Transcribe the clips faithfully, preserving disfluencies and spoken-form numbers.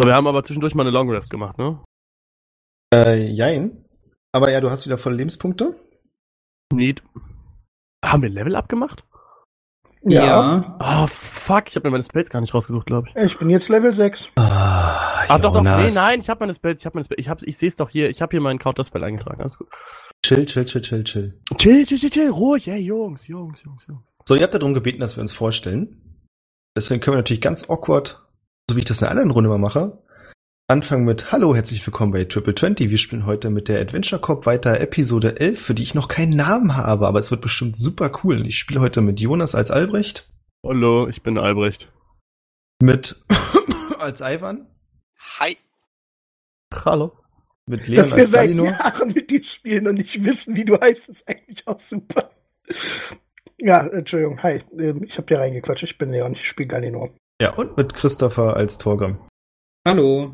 Wir haben aber zwischendurch mal eine Long Rest gemacht, ne? Äh, jein. Aber ja, du hast wieder volle Lebenspunkte. Need. Haben wir Level Up gemacht? Ja. Oh, fuck, ich habe mir meine Spells gar nicht rausgesucht, glaube ich. Ich bin jetzt Level sechs. Ah, Ah, doch, doch, nee, Jonas. nein, ich habe meine Spells, ich habe meine Spells, ich, hab's, ich sehe es doch hier, ich habe hier meinen Counterspell eingetragen, alles gut. Chill, chill, chill, chill, chill. Chill, chill, chill, chill, ruhig, ey, Jungs, Jungs, Jungs, Jungs. So, ihr habt ja darum gebeten, dass wir uns vorstellen. Deswegen können wir natürlich ganz awkward, so wie ich das in einer anderen Runde mal mache, anfangen mit Hallo, herzlich willkommen bei Triple zwanzig. Wir spielen heute mit der Adventure Corp weiter Episode elf, für die ich noch keinen Namen habe, aber es wird bestimmt super cool. Ich spiele heute mit Jonas als Albrecht. Hallo, ich bin Albrecht. Mit als Ivan. Hi. Hallo. Mit Leon Dass wir als seit Valinor. Jahren mit dir spielen und nicht wissen, wie du heißt, ist eigentlich auch super. Ja, Entschuldigung, hi. Ähm, Ich hab dir reingequatscht, ich bin Leon, ich spiele Galinor. Ja, und mit Christopher als Torgrim. Hallo.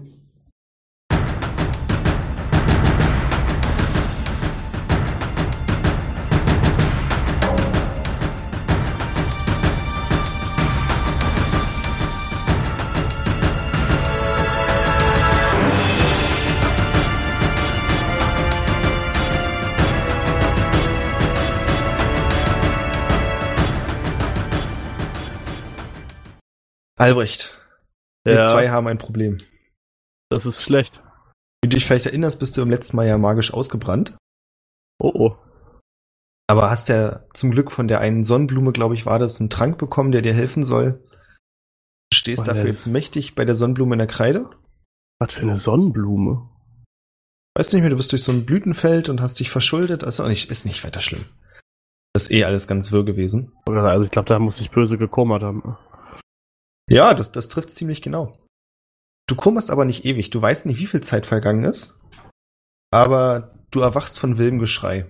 Albrecht, wir Ja, zwei haben ein Problem. das ist schlecht. Wie du dich vielleicht erinnerst, bist du im letzten Mal ja magisch ausgebrannt. Oh, oh. Aber hast ja zum Glück von der einen Sonnenblume, glaube ich, war das, einen Trank bekommen, der dir helfen soll. Du stehst Oh, dafür das- jetzt mächtig bei der Sonnenblume in der Kreide. Was für eine Sonnenblume. Weißt du nicht mehr, du bist durch so ein Blütenfeld und hast dich verschuldet. Das ist, auch nicht, ist nicht weiter schlimm. Das ist eh alles ganz wirr gewesen. Also ich glaube, da muss ich böse gekommert haben. Ja, das, das trifft ziemlich genau. Du kummerst aber nicht ewig. Du weißt nicht, wie viel Zeit vergangen ist. Aber du erwachst von wildem Geschrei.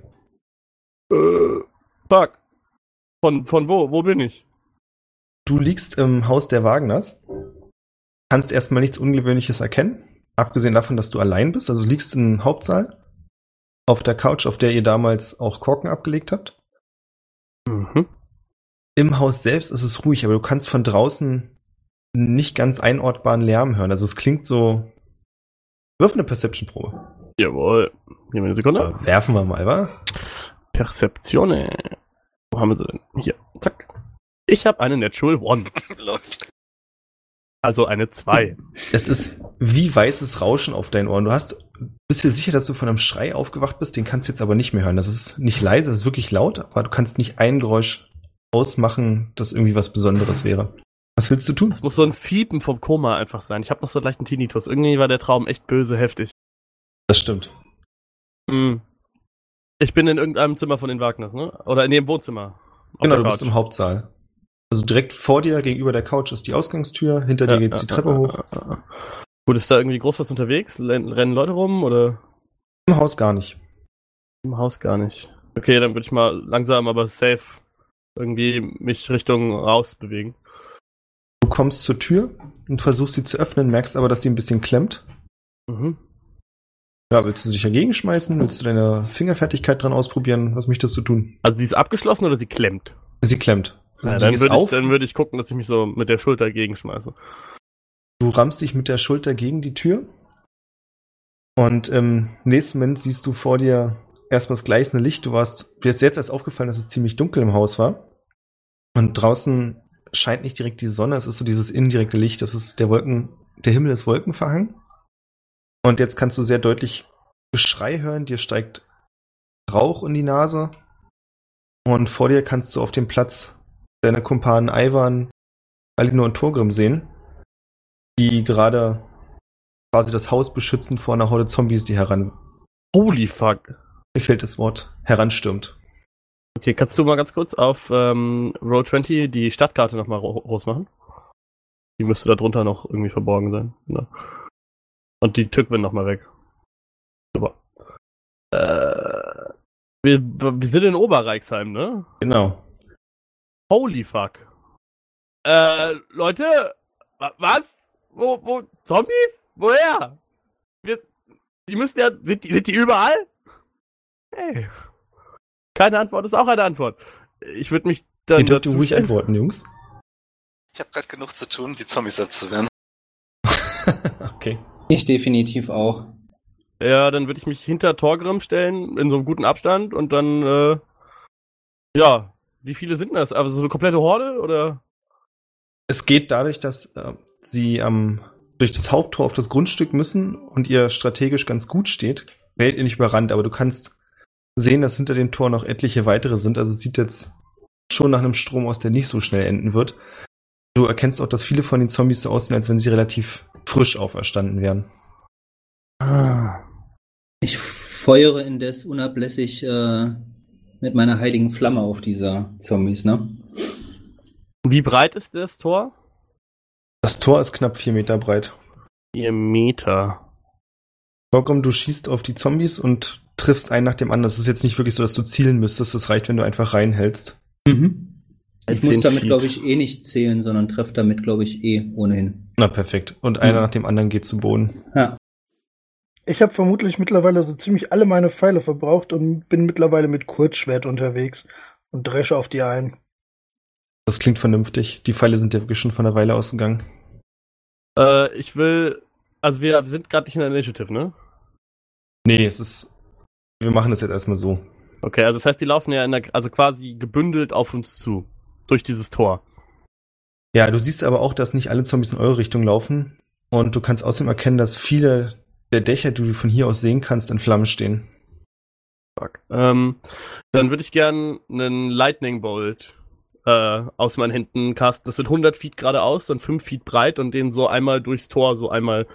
Äh, fuck. Von, von wo? Wo bin ich? Du liegst im Haus der Wagners. Kannst erstmal nichts Ungewöhnliches erkennen. Abgesehen davon, dass du allein bist. Also du liegst im Hauptsaal. Auf der Couch, auf der ihr damals auch Korken abgelegt habt. Mhm. Im Haus selbst ist es ruhig, aber du kannst von draußen nicht ganz einortbaren Lärm hören. Also es klingt so. Wirf eine Perception-Probe. Jawohl. Gib mir eine Sekunde. Äh, Werfen wir mal, wa? Perzeptione. Wo haben wir sie denn? Hier. Zack. Ich habe eine Natural One. Läuft. Also eine zwei. Es ist wie weißes Rauschen auf deinen Ohren. Du hast, bist dir sicher, dass du von einem Schrei aufgewacht bist, den kannst du jetzt aber nicht mehr hören. Das ist nicht leise, das ist wirklich laut, aber du kannst nicht ein Geräusch ausmachen, das irgendwie was Besonderes wäre. Was willst du tun? Das muss so ein Fiepen vom Koma einfach sein. Ich habe noch so einen leichten Tinnitus. Irgendwie war der Traum echt böse heftig. Das stimmt. Mhm. Ich bin in irgendeinem Zimmer von den Wagners, ne? Oder in dem Wohnzimmer. Auf Genau, der du bist Couch. im Hauptsaal. Also direkt vor dir, gegenüber der Couch, ist die Ausgangstür, hinter dir Ja, geht's ja, die Treppe ja, hoch. ja, ja. Gut, ist da irgendwie groß was unterwegs? Len- Rennen Leute rum oder Im Haus gar nicht. im Haus gar nicht? Okay, dann würde ich mal langsam, aber safe irgendwie mich Richtung raus bewegen. Du kommst zur Tür und versuchst sie zu öffnen, merkst aber, dass sie ein bisschen klemmt. Mhm. Ja, willst du dich dagegen schmeißen? Willst du deine Fingerfertigkeit dran ausprobieren? Was möchtest du tun? Also sie ist abgeschlossen oder sie klemmt? Sie klemmt. Also Ja, die dann ist würde ich, auf. dann würd ich gucken, dass ich mich so mit der Schulter gegenschmeiße. Du rammst dich mit der Schulter gegen die Tür. Und im nächsten Moment siehst du vor dir erstmal das gleißende Licht. Du warst, dir ist jetzt erst aufgefallen, dass es ziemlich dunkel im Haus war. Und draußen scheint nicht direkt die Sonne. Es ist so dieses indirekte Licht. Das ist der Wolken, der Himmel ist wolkenverhangen. Und jetzt kannst du sehr deutlich Geschrei hören. Dir steigt Rauch in die Nase. Und vor dir kannst du auf dem Platz deine Kumpanen Ivan, Valinor und Torgrim sehen, die gerade quasi das Haus beschützen vor einer Horde Zombies, die heran, Holy fuck. mir fehlt das Wort, heranstürmt. Okay, kannst du mal ganz kurz auf ähm, Roll zwanzig die Stadtkarte nochmal groß machen? Die müsste da drunter noch irgendwie verborgen sein. Ne? Und die Tückwin nochmal weg. Super. Äh, wir, wir sind in Oberreichsheim, ne? Genau. Holy fuck. Äh, Leute? wa- Was? Wo, wo? Zombies? Woher? Wir, die müssen ja, sind die, sind die überall? Hey. Keine Antwort ist auch eine Antwort. Ich würde mich dann Ihr dürft dazu ruhig stellen. antworten, Jungs. Ich habe gerade genug zu tun, die Zombies abzuwehren. Okay. Ich definitiv auch. Ja, dann würde ich mich hinter Torgrim stellen, in so einem guten Abstand und dann, äh, ja, wie viele sind das? Also so eine komplette Horde, oder? Es geht dadurch, dass äh, sie ähm, durch das Haupttor auf das Grundstück müssen und ihr strategisch ganz gut steht, werdet ihr nicht überrannt, aber du kannst sehen, dass hinter dem Tor noch etliche weitere sind. Also es sieht jetzt schon nach einem Strom aus, der nicht so schnell enden wird. Du erkennst auch, dass viele von den Zombies so aussehen, als wenn sie relativ frisch auferstanden wären. Ah. Ich feuere indes unablässig äh, mit meiner heiligen Flamme auf diese Zombies, ne? Wie breit ist das Tor? Das Tor ist knapp vier Meter breit. Vier Meter. Torgrim, du schießt auf die Zombies und triffst einen nach dem anderen. Es ist jetzt nicht wirklich so, dass du zielen müsstest. Es reicht, wenn du einfach reinhältst. Mhm. Ich muss damit, Feet. glaube ich, eh nicht zählen, sondern treffe damit, glaube ich, eh ohnehin. Na, perfekt. Und einer Mhm. nach dem anderen geht zu Boden. Ja. Ich habe vermutlich mittlerweile so ziemlich alle meine Pfeile verbraucht und bin mittlerweile mit Kurzschwert unterwegs und dresche auf die ein. Das klingt vernünftig. Die Pfeile sind ja wirklich schon von einer Weile ausgegangen. Äh, ich will, also wir sind gerade nicht in der Initiative, ne? Nee, es ist. Wir machen das jetzt erstmal so. Okay, also das heißt, die laufen ja in der, also quasi gebündelt auf uns zu. Durch dieses Tor. Ja, du siehst aber auch, dass nicht alle Zombies in eure Richtung laufen. Und du kannst außerdem erkennen, dass viele der Dächer, die du von hier aus sehen kannst, in Flammen stehen. Fuck. Ähm, dann würde ich gern einen Lightning Bolt äh, aus meinen Händen casten. Das sind hundert Feet geradeaus und fünf Feet breit und den so einmal durchs Tor so einmal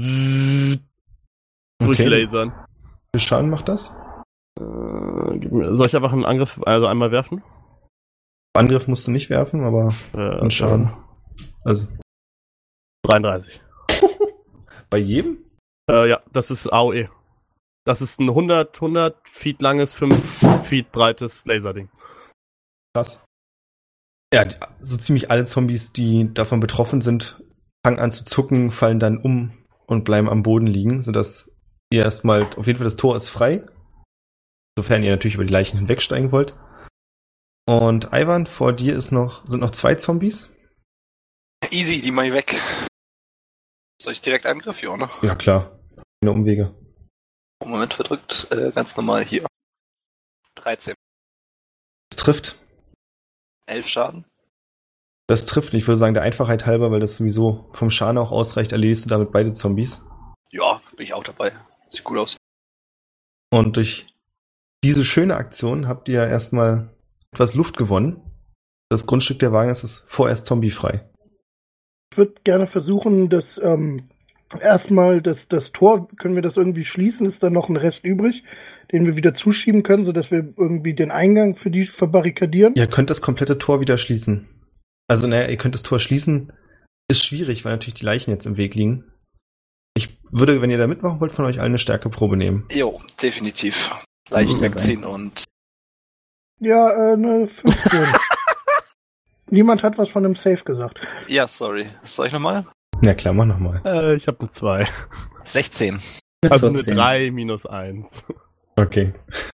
durchlasern. Wie viel Schaden macht das? Äh, gib mir- soll ich einfach einen Angriff, also einmal werfen? Angriff musst du nicht werfen, aber Äh, einen Schaden. Also dreiunddreißig. bei jedem? Äh, ja, das ist A O E. Das ist ein hundert, hundert Feet langes, fünf Feet breites Laserding. Krass. Ja, die- so ziemlich alle Zombies, die davon betroffen sind, fangen an zu zucken, fallen dann um und bleiben am Boden liegen, sodass ihr erstmal, auf jeden Fall das Tor ist frei, sofern ihr natürlich über die Leichen hinwegsteigen wollt. Und Ivan, vor dir ist noch, sind noch zwei Zombies. Easy, die mach ich weg. Soll ich direkt Angriff? Ja, ne? Ja, klar. Keine Umwege. Moment verdrückt. Äh, ganz normal hier. dreizehn. Das trifft. elf Schaden. Das trifft. Ich würde sagen, der Einfachheit halber, weil das sowieso vom Schaden auch ausreicht, erledigst du damit beide Zombies. Ja, bin ich auch dabei. Sieht gut aus. Und durch diese schöne Aktion habt ihr erstmal etwas Luft gewonnen. Das Grundstück der Wagen ist vorerst zombiefrei. Ich würde gerne versuchen, dass ähm, erstmal das, das Tor, können wir das irgendwie schließen? Ist da noch ein Rest übrig, den wir wieder zuschieben können, sodass wir irgendwie den Eingang für die verbarrikadieren? Ihr könnt das komplette Tor wieder schließen. Also, naja, ihr könnt das Tor schließen. Ist schwierig, weil natürlich die Leichen jetzt im Weg liegen. Ich würde, wenn ihr da mitmachen wollt, von euch allen eine Stärkeprobe nehmen. Jo, definitiv. Leicht Mhm. wegziehen und... Ja, äh, eine fünfzehn. Niemand hat was von einem Safe gesagt. Ja, sorry. Was soll ich nochmal? Na klar, mach nochmal. Äh, ich habe eine zwei. sechzehn. Also eine vierzehn. drei minus eins. Okay.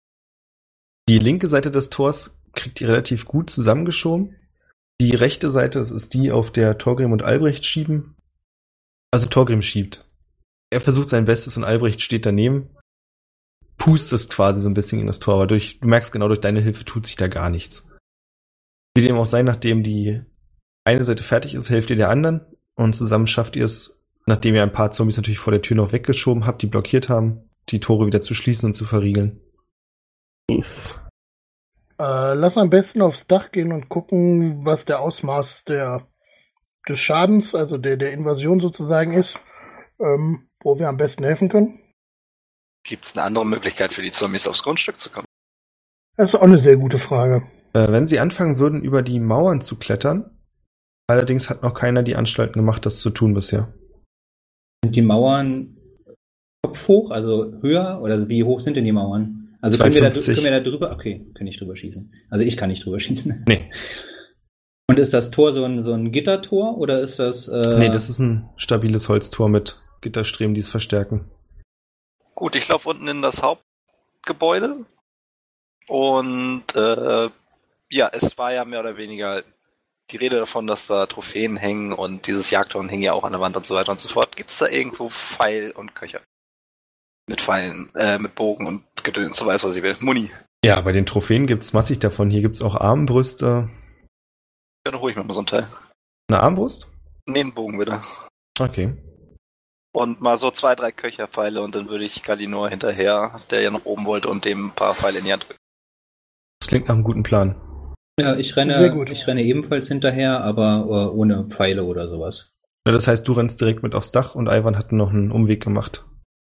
Die linke Seite des Tors kriegt ihr relativ gut zusammengeschoben. Die rechte Seite, das ist die, auf der Torgrim und Albrecht schieben. Also Torgrim schiebt. Er versucht sein Bestes und Albrecht steht daneben. Pustest quasi so ein bisschen in das Tor, aber durch, du merkst genau, durch deine Hilfe tut sich da gar nichts. Wie dem auch sei, nachdem die eine Seite fertig ist, helft ihr der anderen und zusammen schafft ihr es, nachdem ihr ein paar Zombies natürlich vor der Tür noch weggeschoben habt, die blockiert haben, die Tore wieder zu schließen und zu verriegeln. Nice. Äh, lass am besten aufs Dach gehen und gucken, was der Ausmaß der, des Schadens, also der, der Invasion sozusagen ist, ähm, wo wir am besten helfen können. Gibt es eine andere Möglichkeit für die Zombies aufs Grundstück zu kommen? Das ist auch eine sehr gute Frage. Äh, wenn sie anfangen würden, über die Mauern zu klettern, allerdings hat noch keiner die Anstalten gemacht, das zu tun bisher. Sind die Mauern kopfhoch, also höher? Oder wie hoch sind denn die Mauern? Also können wir, da, zweihundertfünfzig. können wir da drüber? Okay, können nicht drüber schießen. Also ich kann nicht drüber schießen. Nee. Und ist das Tor so ein, so ein Gittertor oder ist das... Äh, Nee, das ist ein stabiles Holztor mit Gitterstreben, die es verstärken. Gut, ich laufe unten in das Hauptgebäude. Und äh, ja, es war ja mehr oder weniger die Rede davon, dass da Trophäen hängen und dieses Jagdhorn hängt ja auch an der Wand und so weiter und so fort. Gibt es da irgendwo Pfeil und Köcher? Mit Pfeilen, äh, mit Bogen und Gedöns, so weiß, was ich will. Muni. Ja, bei den Trophäen gibt's massig davon. Hier gibt's auch Armbrüste. Dann hole ich mir mal so ein Teil. Eine Armbrust? Nee, einen Bogen wieder. Okay. Und mal so zwei, drei Köcherpfeile und dann würde ich Galinor hinterher, der ja nach oben wollte, und dem ein paar Pfeile in die Hand drücken. Das klingt nach einem guten Plan. Ja, ich Sehr renne, gut. ich renne ebenfalls hinterher, aber äh, ohne Pfeile oder sowas. Ja, das heißt, du rennst direkt mit aufs Dach und Ivan hat noch einen Umweg gemacht.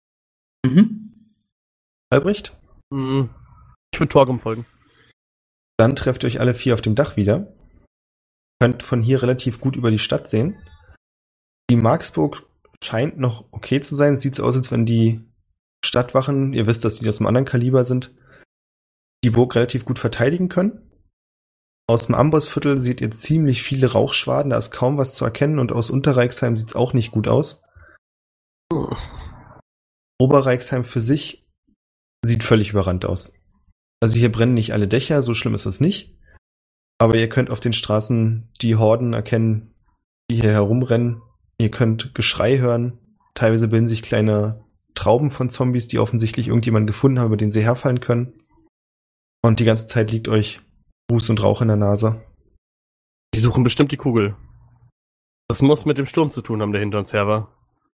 Mhm. Albrecht? Mhm. Ich würde Torgum folgen. Dann trefft ihr euch alle vier auf dem Dach wieder. Könnt von hier relativ gut über die Stadt sehen. Die Marksburg scheint noch okay zu sein. Sieht so aus, als wenn die Stadtwachen, ihr wisst, dass die aus einem anderen Kaliber sind, die Burg relativ gut verteidigen können. Aus dem Ambossviertel seht ihr ziemlich viele Rauchschwaden, da ist kaum was zu erkennen, und aus Unterreichsheim sieht's auch nicht gut aus. Hm. Oberreichsheim für sich sieht völlig überrannt aus. Also hier brennen nicht alle Dächer, so schlimm ist es nicht. Aber ihr könnt auf den Straßen die Horden erkennen, die hier herumrennen. Ihr könnt Geschrei hören. Teilweise bilden sich kleine Trauben von Zombies, die offensichtlich irgendjemanden gefunden haben, über den sie herfallen können. Und die ganze Zeit liegt euch Ruß und Rauch in der Nase. Die suchen bestimmt die Kugel. Das muss mit dem Sturm zu tun haben, der hinter uns her war.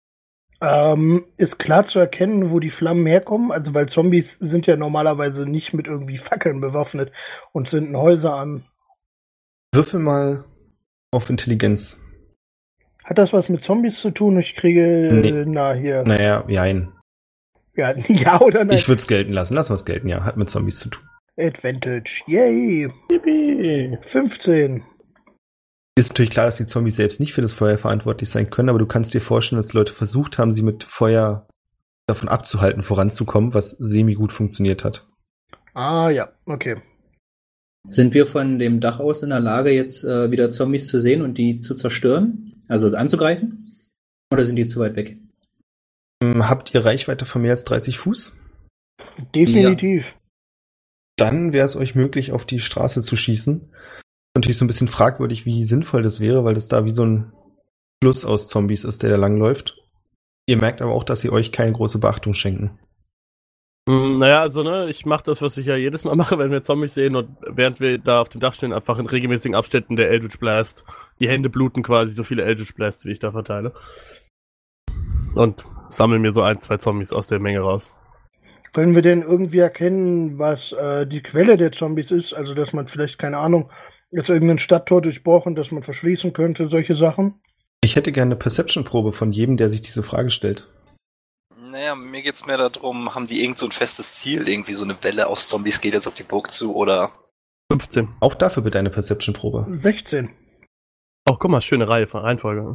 Ähm, ist klar zu erkennen, wo die Flammen herkommen? Also, weil Zombies sind ja normalerweise nicht mit irgendwie Fackeln bewaffnet und zünden Häuser an. Würfel mal auf Intelligenz. Hat das was mit Zombies zu tun? Ich kriege, Nee. äh, na, hier. Naja, jein. Ja, ja oder nein? Ich würde es gelten lassen. Lass was gelten, ja. Hat mit Zombies zu tun. Advantage. Yay. Yippie. fünfzehn. Ist natürlich klar, dass die Zombies selbst nicht für das Feuer verantwortlich sein können, aber du kannst dir vorstellen, dass die Leute versucht haben, sie mit Feuer davon abzuhalten, voranzukommen, was semi-gut funktioniert hat. Ah, ja, okay. Sind wir von dem Dach aus in der Lage, jetzt äh, wieder Zombies zu sehen und die zu zerstören? Also anzugreifen? Oder sind die zu weit weg? Hm, Habt ihr Reichweite von mehr als dreißig Fuß? Definitiv. Dann wäre es euch möglich, auf die Straße zu schießen. Natürlich so ein bisschen fragwürdig, wie sinnvoll das wäre, weil das da wie so ein Fluss aus Zombies ist, der da langläuft. Ihr merkt aber auch, dass sie euch keine große Beachtung schenken. Hm, Naja, also ne, ich mache das, was ich ja jedes Mal mache, wenn wir Zombies sehen, und während wir da auf dem Dach stehen, einfach in regelmäßigen Abständen der Eldritch Blast. Die Hände bluten quasi, so viele Eldritch Blasts, wie ich da verteile. Und sammle mir so ein, zwei Zombies aus der Menge raus. Können wir denn irgendwie erkennen, was äh, die Quelle der Zombies ist? Also, dass man vielleicht, keine Ahnung, jetzt irgendein Stadttor durchbrochen, dass man verschließen könnte, solche Sachen? Ich hätte gerne eine Perception-Probe von jedem, der sich diese Frage stellt. Naja, mir geht's mehr darum, haben die irgend so ein festes Ziel, irgendwie so eine Welle aus Zombies geht jetzt auf die Burg zu, oder? fünfzehn. Auch dafür bitte eine Perception-Probe. sechzehn. Oh, guck mal, schöne Reihe von Reihenfolge.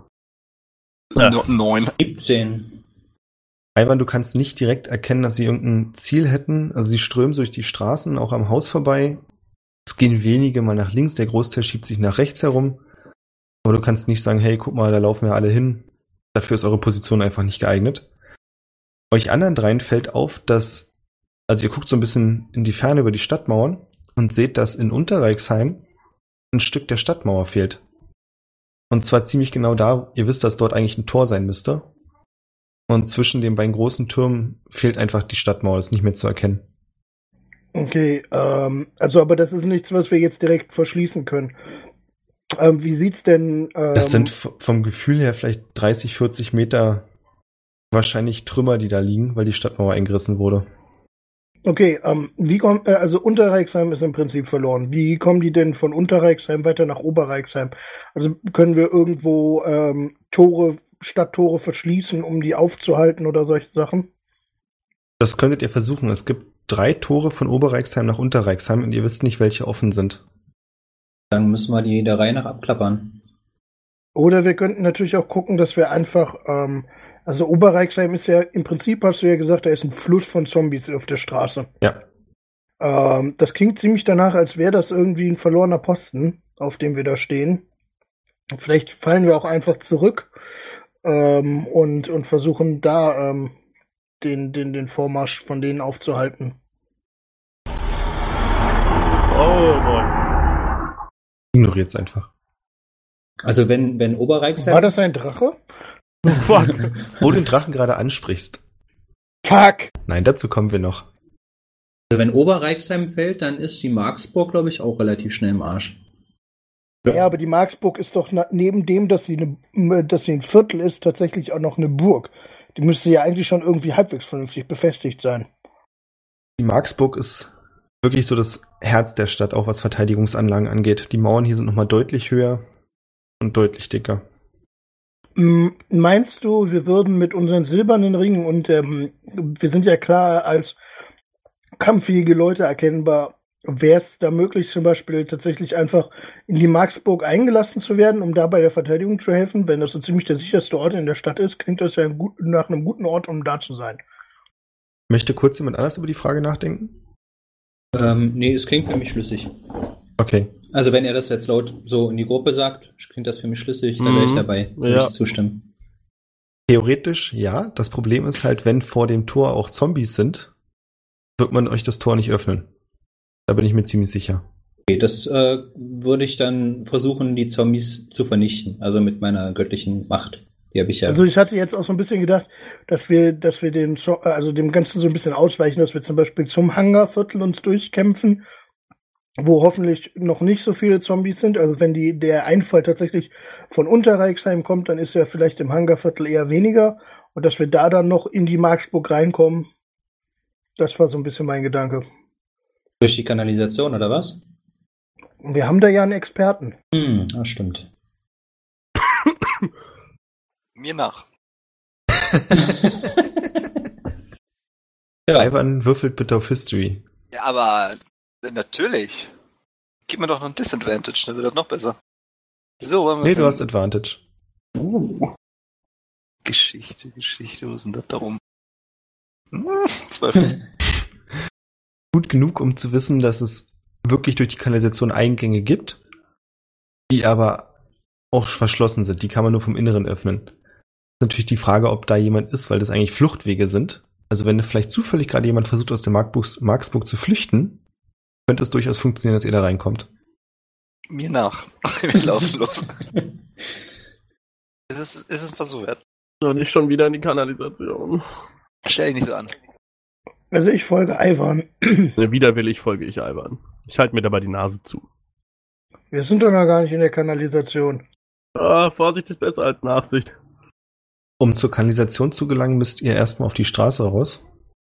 Ja. No- Neun. siebzehn. Ivan, du kannst nicht direkt erkennen, dass sie irgendein Ziel hätten. Also sie strömen so durch die Straßen, auch am Haus vorbei. Es gehen wenige mal nach links, der Großteil schiebt sich nach rechts herum. Aber du kannst nicht sagen, hey, guck mal, da laufen wir alle hin. Dafür ist eure Position einfach nicht geeignet. Euch anderen dreien fällt auf, dass, also ihr guckt so ein bisschen in die Ferne über die Stadtmauern und seht, dass in Unterreichsheim ein Stück der Stadtmauer fehlt. Und zwar ziemlich genau da, ihr wisst, dass dort eigentlich ein Tor sein müsste. Und zwischen den beiden großen Türmen fehlt einfach die Stadtmauer, das ist nicht mehr zu erkennen. Okay, ähm, also aber das ist nichts, was wir jetzt direkt verschließen können. Ähm, wie sieht's denn? Ähm, Das sind v- vom Gefühl her vielleicht dreißig, vierzig Meter wahrscheinlich Trümmer, die da liegen, weil die Stadtmauer eingerissen wurde. Okay, ähm, wie kommt, äh, also Unterreichsheim ist im Prinzip verloren. Wie kommen die denn von Unterreichsheim weiter nach Oberreichsheim? Also können wir irgendwo ähm, Tore, Stadttore verschließen, um die aufzuhalten oder solche Sachen? Das könntet ihr versuchen. Es gibt drei Tore von Oberreichsheim nach Unterreichsheim und ihr wisst nicht, welche offen sind. Dann müssen wir die der Reihe nach abklappern. Oder wir könnten natürlich auch gucken, dass wir einfach, ähm, also Oberreichsheim ist ja, im Prinzip hast du ja gesagt, da ist ein Fluss von Zombies auf der Straße. Ja. Ähm, das klingt ziemlich danach, als wäre das irgendwie ein verlorener Posten, auf dem wir da stehen. Vielleicht fallen wir auch einfach zurück ähm, und, und versuchen da ähm, den, den, den Vormarsch von denen aufzuhalten. Oh boy. Ignoriert's einfach. Also wenn, wenn Oberreichsheim... War das ein Drache? Fuck. Wo du den Drachen gerade ansprichst. Fuck! Nein, dazu kommen wir noch. Also wenn Oberreichsheim fällt, dann ist die Marksburg, glaube ich, auch relativ schnell im Arsch. Ja, aber die Marksburg ist doch na, neben dem, dass sie, eine, dass sie ein Viertel ist, tatsächlich auch noch eine Burg. Die müsste ja eigentlich schon irgendwie halbwegs vernünftig befestigt sein. Die Marksburg ist wirklich so das Herz der Stadt, auch was Verteidigungsanlagen angeht. Die Mauern hier sind nochmal deutlich höher und deutlich dicker. M- Meinst du, wir würden mit unseren silbernen Ringen und ähm, wir sind ja klar als kampffähige Leute erkennbar, wäre es da möglich, zum Beispiel tatsächlich einfach in die Marksburg eingelassen zu werden, um da bei der Verteidigung zu helfen? Wenn das so ziemlich der sicherste Ort in der Stadt ist, klingt das ja ein gut, nach einem guten Ort, um da zu sein. Möchte kurz jemand anders über die Frage nachdenken? Ähm, nee, es klingt für mich schlüssig. Okay. Also wenn er das jetzt laut so in die Gruppe sagt, klingt das für mich schlüssig, da wäre ich Mhm. dabei, würde Ja. ich zustimmen. Theoretisch ja. Das Problem ist halt, wenn vor dem Tor auch Zombies sind, wird man euch das Tor nicht öffnen. Da bin ich mir ziemlich sicher. Okay, das äh, würde ich dann versuchen, die Zombies zu vernichten, also mit meiner göttlichen Macht. Die habe ich ja. Also ich hatte jetzt auch so ein bisschen gedacht, dass wir, dass wir dem, Zo- also dem Ganzen so ein bisschen ausweichen, dass wir zum Beispiel zum Hangarviertel uns durchkämpfen, wo hoffentlich noch nicht so viele Zombies sind. Also wenn die, der Einfall tatsächlich von Unterreichsheim kommt, dann ist ja vielleicht im Hangarviertel eher weniger. Und dass wir da dann noch in die Marksburg reinkommen, das war so ein bisschen mein Gedanke. Durch die Kanalisation, oder was? Und wir haben da ja einen Experten. Hm, das stimmt. Mir nach. Ja, Ivan würfelt bitte auf History. Ja, aber äh, natürlich. Gib mir doch noch ein Disadvantage, dann wird das noch besser. So, wollen wir Nee, es du denn- hast Advantage. Uh. Geschichte, Geschichte, wo ist denn das darum? Hm, zwölf. Gut genug, um zu wissen, dass es wirklich durch die Kanalisation Eingänge gibt, die aber auch verschlossen sind. Die kann man nur vom Inneren öffnen. Ist natürlich die Frage, ob da jemand ist, weil das eigentlich Fluchtwege sind. Also wenn vielleicht zufällig gerade jemand versucht, aus der Markburg, Marksburg zu flüchten, könnte es durchaus funktionieren, dass ihr da reinkommt. Mir nach. Wir laufen los. Ist es, ist es ein Versuch wert? So, nicht schon wieder in die Kanalisation. Stell dich nicht so an. Also ich folge Ivan. Ne, widerwillig folge ich Alban. Ich halte mir dabei die Nase zu. Wir sind doch noch gar nicht in der Kanalisation. Ah, Vorsicht ist besser als Nachsicht. Um zur Kanalisation zu gelangen, müsst ihr erstmal auf die Straße raus.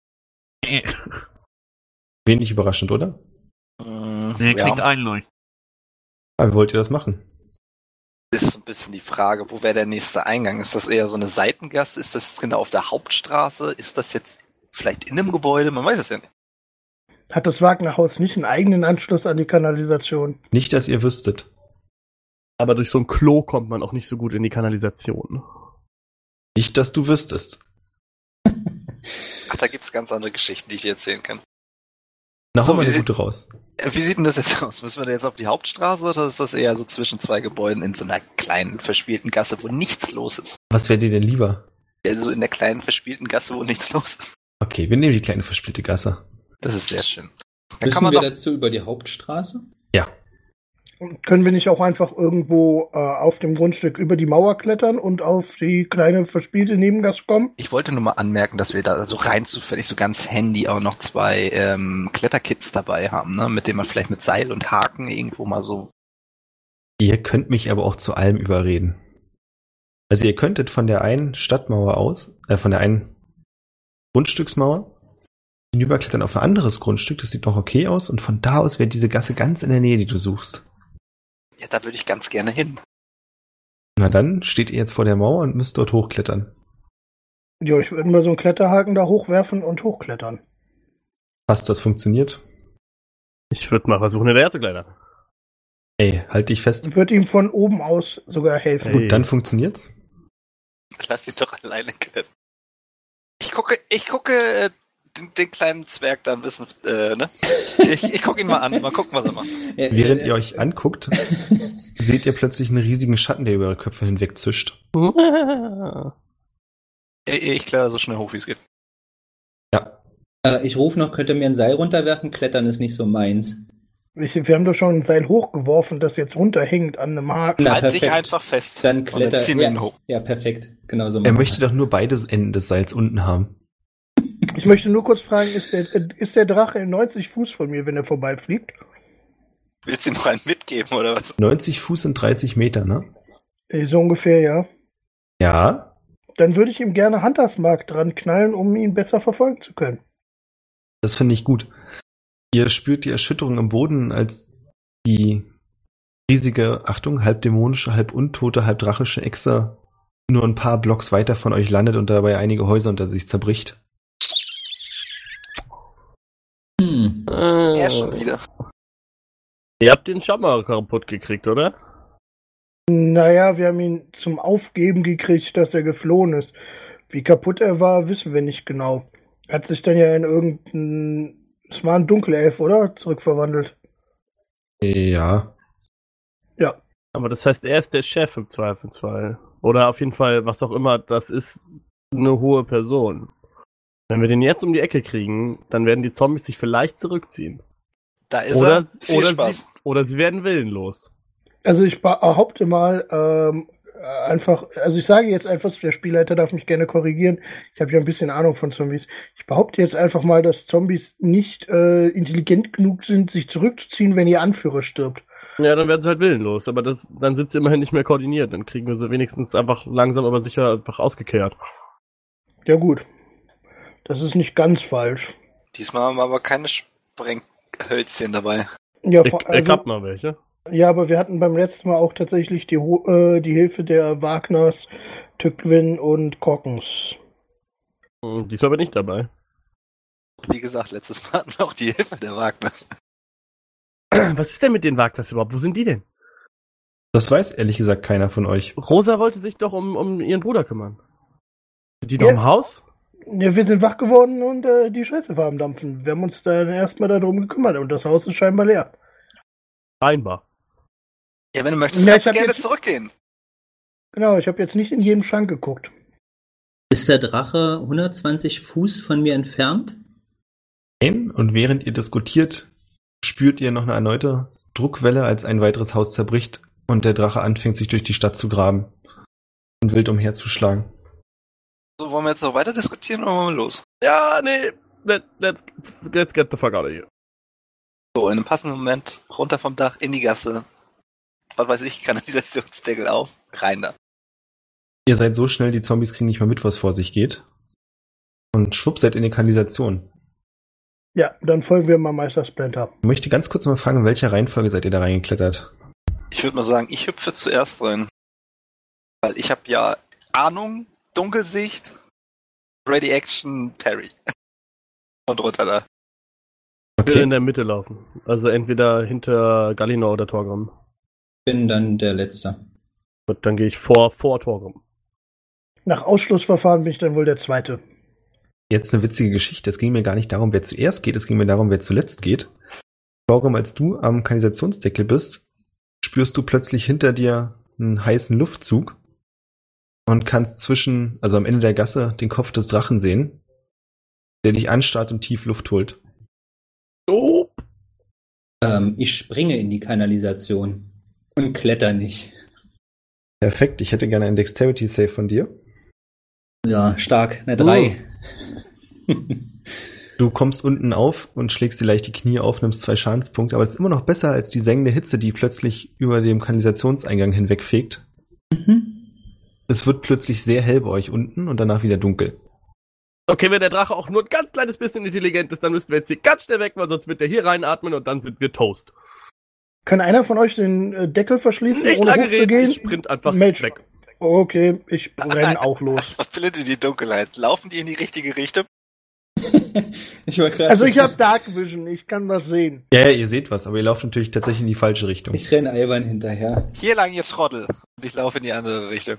Wenig überraschend, oder? Hm, Nee, klingt ja. einleuchtend. Aber wie wollt ihr das machen? Ist so ein bisschen die Frage, wo wäre der nächste Eingang? Ist das eher so eine Seitengasse? Ist das genau auf der Hauptstraße? Ist das jetzt vielleicht in einem Gebäude? Man weiß es ja nicht. Hat das Wagnerhaus nicht einen eigenen Anschluss an die Kanalisation? Nicht, dass ihr wüsstet. Aber durch so ein Klo kommt man auch nicht so gut in die Kanalisation. Nicht, dass du wüsstest. Ach, da gibt es ganz andere Geschichten, die ich dir erzählen kann. Na, So, hau mal wie eine sie- gute raus. Äh, Wie sieht denn das jetzt aus? Müssen wir da jetzt auf die Hauptstraße oder ist das eher so zwischen zwei Gebäuden in so einer kleinen, verspielten Gasse, wo nichts los ist? Was wäre dir denn lieber? Also in der kleinen, verspielten Gasse, wo nichts los ist. Okay, wir nehmen die kleine verspielte Gasse. Das ist sehr schön. Dann kann müssen man wir doch, dazu über die Hauptstraße? Ja. Und können wir nicht auch einfach irgendwo äh, auf dem Grundstück über die Mauer klettern und auf die kleine verspielte Nebengasse kommen? ich wollte nur mal anmerken, dass wir da so rein zufällig so ganz handy auch noch zwei ähm, Kletterkits dabei haben, ne? Mit denen man vielleicht mit Seil und Haken irgendwo mal so. Ihr könnt mich aber auch zu allem überreden. Also ihr könntet von der einen Stadtmauer aus, äh, von der einen Grundstücksmauer hinüberklettern auf ein anderes Grundstück, das sieht noch okay aus, und von da aus wäre diese Gasse ganz in der Nähe, die du suchst. Ja, da würde ich ganz gerne hin. Na dann steht ihr jetzt vor der Mauer und müsst dort hochklettern. Ja, ich würde mal so einen Kletterhaken da hochwerfen und hochklettern. Passt, das funktioniert? Ich würde mal versuchen, hinterher zu klettern. Ey, halt dich fest. Und würde ihm von oben aus sogar helfen. Ey. Gut, dann funktioniert's. Lass dich doch alleine klettern. Ich gucke, ich gucke äh, den, den kleinen Zwerg da ein bisschen, äh, ne? Ich, ich gucke ihn mal an, mal gucken, was er macht. Während ihr euch anguckt, seht ihr plötzlich einen riesigen Schatten, der über eure Köpfe hinweg zischt. Ich, ich kletter so schnell hoch, wie es geht. Ja. Äh, ich rufe noch, könnte mir ein Seil runterwerfen, klettern ist nicht so meins. Ich, wir haben doch schon ein Seil hochgeworfen, das jetzt runterhängt an einem Haken. Na, Halt dich perfekt. einfach fest. Dann Und dann kletter. ziehen wir ihn Ja, hoch. ja, perfekt. Genau so. Er machen wir möchte das. doch nur beide Enden des Seils unten haben. Ich möchte nur kurz fragen, ist der, ist der Drache in neunzig Fuß von mir, wenn er vorbeifliegt? Willst du ihm noch einen mitgeben, oder was? neunzig Fuß sind dreißig Meter, ne? Äh, So ungefähr, ja. Ja. Dann würde ich ihm gerne Hunters Mark dran knallen, um ihn besser verfolgen zu können. Das finde ich gut. Ihr spürt die Erschütterung im Boden, als die riesige, Achtung, halb dämonische, halb untote, halb drachische Echse nur ein paar Blocks weiter von euch landet und dabei einige Häuser unter sich zerbricht. Hm. Er schon wieder. Ihr habt den Schammer kaputt gekriegt, oder? Naja, wir haben ihn zum Aufgeben gekriegt, dass er geflohen ist. Wie kaputt er war, wissen wir nicht genau. Er hat sich dann ja in irgendein... Es war ein Dunkelelf, oder? Zurückverwandelt. Ja. Ja. Aber das heißt, er ist der Chef im Zweifelsfall. Oder auf jeden Fall, was auch immer, das ist eine hohe Person. Wenn wir den jetzt um die Ecke kriegen, dann werden die Zombies sich vielleicht zurückziehen. Da ist Oder, er. Viel oder, Spaß. sie, oder sie werden willenlos. Also ich behaupte mal, ähm, einfach, also ich sage jetzt einfach, der Spielleiter darf mich gerne korrigieren, ich habe ja ein bisschen Ahnung von Zombies. Ich behaupte jetzt einfach mal, dass Zombies nicht äh, intelligent genug sind, sich zurückzuziehen, wenn ihr Anführer stirbt. Ja, dann werden sie halt willenlos, aber das, dann sind sie immerhin nicht mehr koordiniert. Dann kriegen wir sie wenigstens einfach langsam, aber sicher einfach ausgekehrt. Ja gut, das ist nicht ganz falsch. Diesmal haben wir aber keine Sprenghölzchen dabei. Ja, Ich, vor- ich also, hab noch welche. ja, aber wir hatten beim letzten Mal auch tatsächlich die, Ho- äh, die Hilfe der Wagners, Tückwin und Korkens. Hm, Diesmal bin ich dabei. Wie gesagt, letztes Mal hatten wir auch die Hilfe der Wagners. Was ist denn mit den Wagners überhaupt? Wo sind die denn? Das weiß ehrlich gesagt keiner von euch. Rosa wollte sich doch um, um ihren Bruder kümmern. Sind die noch Ja. im Haus? Ja, wir sind wach geworden und äh, die Scheiße war am Dampfen. Wir haben uns dann erstmal darum gekümmert und das Haus ist scheinbar leer. Scheinbar. Ja, wenn du möchtest, Ja, kannst ich du hab gerne jetzt- zurückgehen. Genau, ich habe jetzt nicht in jedem Schrank geguckt. Ist der Drache hundertzwanzig Fuß von mir entfernt? Nein, und während ihr diskutiert, spürt ihr noch eine erneute Druckwelle, als ein weiteres Haus zerbricht und der Drache anfängt, sich durch die Stadt zu graben und wild umherzuschlagen. So, wollen wir jetzt noch weiter diskutieren oder wollen wir los? Ja, nee. Let, let's, let's get the fuck out of here. So, in einem passenden Moment runter vom Dach in die Gasse. Was weiß ich, Kanalisationsdeckel auf, rein da. Ihr seid so schnell, die Zombies kriegen nicht mal mit, was vor sich geht. Und schwupp seid in die Kanalisation. Ja, dann folgen wir mal Meister Splinter. Ich möchte ganz kurz mal fragen, in welcher Reihenfolge seid ihr da reingeklettert? Ich würde mal sagen, ich hüpfe zuerst rein. Weil ich habe ja Ahnung, Dunkelsicht, Ready Action, Parry. Und runter da. Ich will Okay. in der Mitte laufen. Also entweder hinter Gallinor oder Torgrim. Bin dann der Letzte. Und dann gehe ich vor, vor Torgrim. Nach Ausschlussverfahren bin ich dann wohl der Zweite. Jetzt eine witzige Geschichte. Es ging mir gar nicht darum, wer zuerst geht, es ging mir darum, wer zuletzt geht. Warum, als du am Kanalisationsdeckel bist, spürst du plötzlich hinter dir einen heißen Luftzug und kannst zwischen, also am Ende der Gasse, den Kopf des Drachen sehen, der dich anstarrt und tief Luft holt. Oh. Ähm, ich springe in die Kanalisation und kletter nicht. Perfekt, ich hätte gerne einen Dexterity-Save von dir. Ja, stark. Eine drei. Du kommst unten auf und schlägst dir leicht die Knie auf, nimmst zwei Schadenspunkte, aber es ist immer noch besser als die sengende Hitze, die plötzlich über dem Kanalisationseingang hinwegfegt. Mhm. Es wird plötzlich sehr hell bei euch unten und danach wieder dunkel. Okay, wenn der Drache auch nur ein ganz kleines bisschen intelligent ist, dann müssen wir jetzt hier ganz schnell weg, weil sonst wird der hier reinatmen und dann sind wir Toast. Kann einer von euch den äh, Deckel verschließen, Nicht ohne lange reden, hochzugehen? ich sprint einfach Mage. weg. Okay, ich renne auch los. Verblende die Dunkelheit. Laufen die in die richtige Richtung? Ich war grad Also ich habe Dark Vision, ich kann das sehen. Ja, ja, ihr seht was, aber ihr lauft natürlich tatsächlich in die falsche Richtung. Ich renn albern hinterher. Hier lang ihr Trottel. Und ich laufe in die andere Richtung.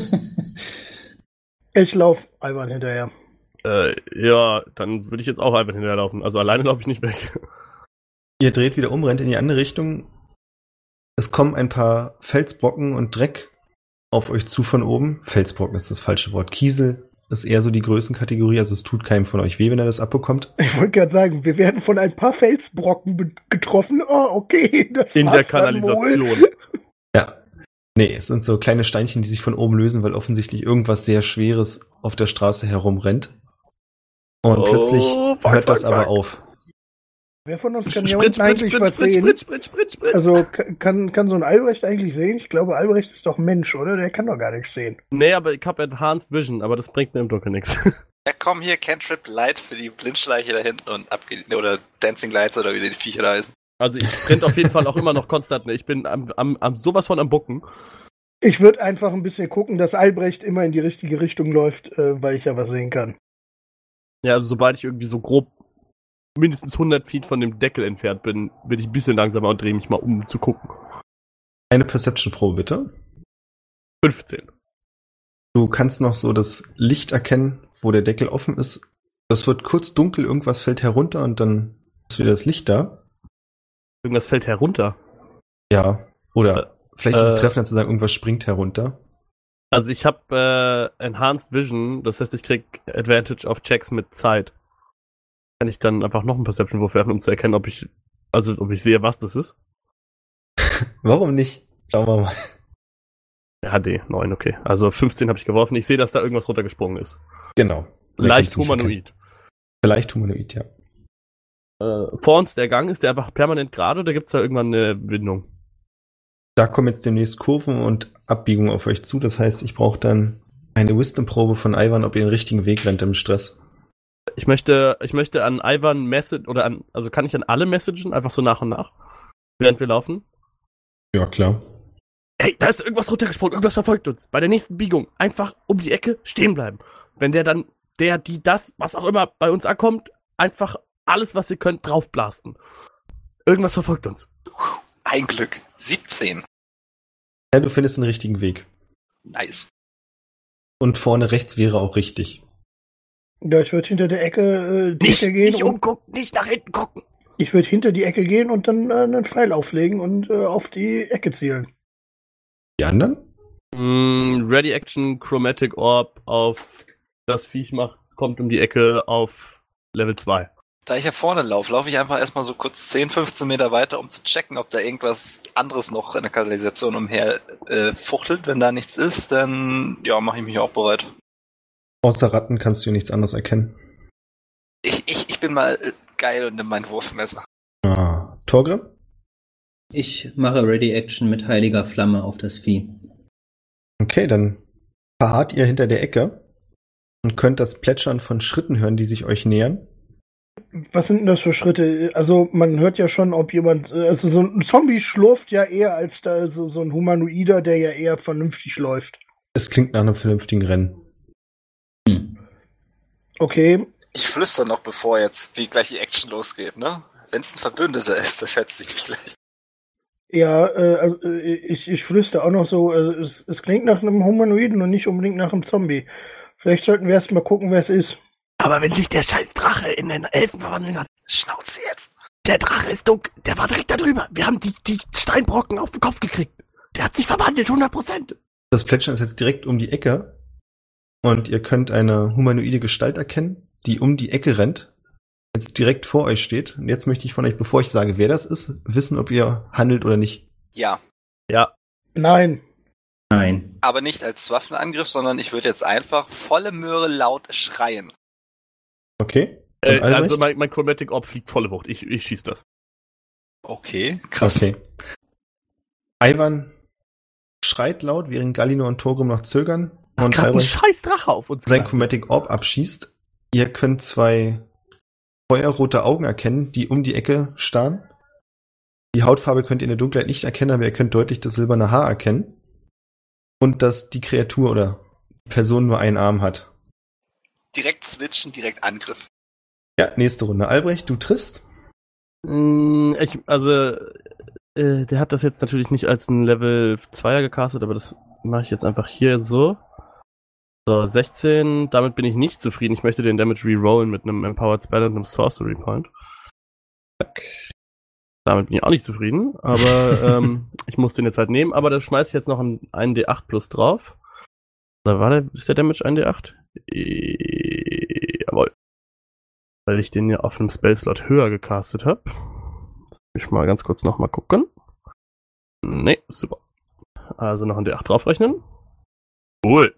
Ich laufe Alban hinterher. Äh, ja, dann würde ich jetzt auch einfach hinterherlaufen. Also alleine laufe ich nicht weg. Ihr dreht wieder um, rennt in die andere Richtung. Es kommen ein paar Felsbrocken und Dreck auf euch zu von oben. Felsbrocken ist das falsche Wort. Kiesel ist eher so die Größenkategorie, also es tut keinem von euch weh, wenn er das abbekommt. Ich wollte gerade sagen, wir werden von ein paar Felsbrocken be- getroffen. Oh, okay. Das In war's der dann Kanalisation. wohl. Ja. Nee, es sind so kleine Steinchen, die sich von oben lösen, weil offensichtlich irgendwas sehr Schweres auf der Straße herumrennt. Und Oh, plötzlich fuck, hört das fuck, aber fuck. auf. Wer von uns kann Sprit, ja Sprit, unten eigentlich Sprit, was Sprit, sehen? Sprit, Sprit, Sprit, Sprit. Also ka- kann, kann so ein Albrecht eigentlich sehen? Ich glaube, Albrecht ist doch Mensch, oder? Der kann doch gar nichts sehen. Nee, aber ich habe Enhanced Vision, aber das bringt mir im Dunkeln nichts. Ja, komm hier, Cantrip Light für die Blindschleiche da hinten und ab geht, oder Dancing Lights oder wie die Viecher da heißen. Also ich sprint auf jeden Fall auch immer noch konstant. Ne? Ich bin am, am, am sowas von am Bucken. Ich würde einfach ein bisschen gucken, dass Albrecht immer in die richtige Richtung läuft, äh, weil ich ja was sehen kann. Ja, also sobald ich irgendwie so grob mindestens hundert Feet von dem Deckel entfernt bin, bin ich ein bisschen langsamer und drehe mich mal um zu gucken. Eine Perception-Probe, bitte. fünfzehn. Du kannst noch so das Licht erkennen, wo der Deckel offen ist. Das wird kurz dunkel, irgendwas fällt herunter und dann ist wieder das Licht da. Irgendwas fällt herunter. Ja, oder vielleicht ist es äh, treffender zu sagen, irgendwas springt herunter. Also ich habe äh, Enhanced Vision, das heißt, ich krieg Advantage auf Checks mit Zeit. Kann ich dann einfach noch einen Perception-Wurf werfen, um zu erkennen, ob ich, also ob ich sehe, was das ist. Warum nicht? Schauen wir mal. Ja, H D, neun, okay. Also fünfzehn habe ich geworfen. Ich sehe, dass da irgendwas runtergesprungen ist. Genau. Mehr Leicht kannst du nicht humanoid. erkennen. Vielleicht humanoid, ja. Äh, vor uns der Gang, ist der einfach permanent gerade oder gibt es da irgendwann eine Windung? Da kommen jetzt demnächst Kurven und Abbiegungen auf euch zu. Das heißt, ich brauche dann eine Wisdom-Probe von Ivan, ob ihr den richtigen Weg rennt im Stress. Ich möchte, ich möchte an Ivan Message, oder an, also kann ich an alle messagen, einfach so nach und nach, während wir laufen? Ja, klar. Hey, da ist irgendwas runtergesprungen, irgendwas verfolgt uns. Bei der nächsten Biegung einfach um die Ecke stehen bleiben. Wenn der dann, der, die, das, was auch immer bei uns ankommt, einfach alles, was ihr könnt, draufblasten. Irgendwas verfolgt uns. Ein Glück. siebzehn. Ja, du findest den richtigen Weg. Nice. Und vorne rechts wäre auch richtig. Ja, ich würde hinter der Ecke, äh, die Nicht, Ecke gehen. nicht und, umgucken, nicht nach hinten gucken. ich würde hinter die Ecke gehen und dann äh, einen Pfeil auflegen und äh, auf die Ecke zielen. Die anderen? Mm, Ready Action Chromatic Orb auf das Viech macht, kommt um die Ecke auf Level zwei. Da ich ja vorne laufe, laufe ich einfach erstmal so kurz zehn, fünfzehn Meter weiter, um zu checken, ob da irgendwas anderes noch in der Kanalisation umher äh, fuchtelt. Wenn da nichts ist, dann ja, mache ich mich auch bereit. Außer Ratten kannst du nichts anderes erkennen. Ich, ich, ich bin mal äh, geil und nehme mein Wurfmesser. Ah. Torgrim? Ich mache Ready Action mit heiliger Flamme auf das Vieh. Okay, dann verharrt ihr hinter der Ecke und könnt das Plätschern von Schritten hören, die sich euch nähern. Was sind denn das für Schritte? Also man hört ja schon, ob jemand, äh, also so ein Zombie schlurft ja eher als da so, so ein Humanoider, der ja eher vernünftig läuft. Es klingt nach einem vernünftigen Rennen. Hm. Okay, Ich flüstere noch, bevor jetzt die gleiche Action losgeht, ne? Wenn es ein Verbündeter ist, der fetzt sich nicht gleich. ja, äh, also, äh, ich, ich flüster auch noch so, äh, es, es klingt nach einem Humanoiden und nicht unbedingt nach einem Zombie. Vielleicht sollten wir erst mal gucken, wer es ist. Aber wenn sich der scheiß Drache in den Elfen verwandelt hat, Schnauze jetzt. der Drache ist dunkel, der war direkt da drüber. Wir haben die, die Steinbrocken auf den Kopf gekriegt. Der hat sich verwandelt, hundert Prozent. Das Plätschern ist jetzt direkt um die Ecke und ihr könnt eine humanoide Gestalt erkennen, die um die Ecke rennt, jetzt direkt vor euch steht. Und jetzt möchte ich von euch, bevor ich sage, wer das ist, wissen, ob ihr handelt oder nicht. Ja. Ja. Nein. Nein. Aber nicht als Waffenangriff, sondern ich würde jetzt einfach volle Möhre laut schreien. Okay? Äh, Und Albrecht? also mein, mein Chromatic Orb fliegt volle Wucht. Ich, ich schieß das. Okay, krass. Okay. Ivan schreit laut, während Galino und Torgrim noch zögern. Das und kann ein Albrecht scheiß Drache auf uns sein knallen. Chromatic Orb abschießt. Ihr könnt zwei feuerrote Augen erkennen, die um die Ecke starren. Die Hautfarbe könnt ihr in der Dunkelheit nicht erkennen, aber ihr könnt deutlich das silberne Haar erkennen. Und dass die Kreatur oder die Person nur einen Arm hat. Direkt switchen, direkt Angriff. Ja, nächste Runde. Albrecht, du triffst. Mm, Ich, also, äh, der hat das jetzt natürlich nicht als ein Level zweier gecastet, aber das mache ich jetzt einfach hier so. So, sechzehn, damit bin ich nicht zufrieden. Ich möchte den Damage rerollen mit einem Empowered Spell und einem Sorcery Point. Damit bin ich auch nicht zufrieden, aber ähm, ich muss den jetzt halt nehmen. Aber da schmeiße ich jetzt noch einen, einen D acht plus drauf. Da war der, ist der Damage ein D acht? Äh, Jawohl. Weil ich den ja auf einem Spellslot höher gecastet habe. Ich mal ganz kurz nochmal gucken. Nee, super. Also noch ein D acht draufrechnen. Cool.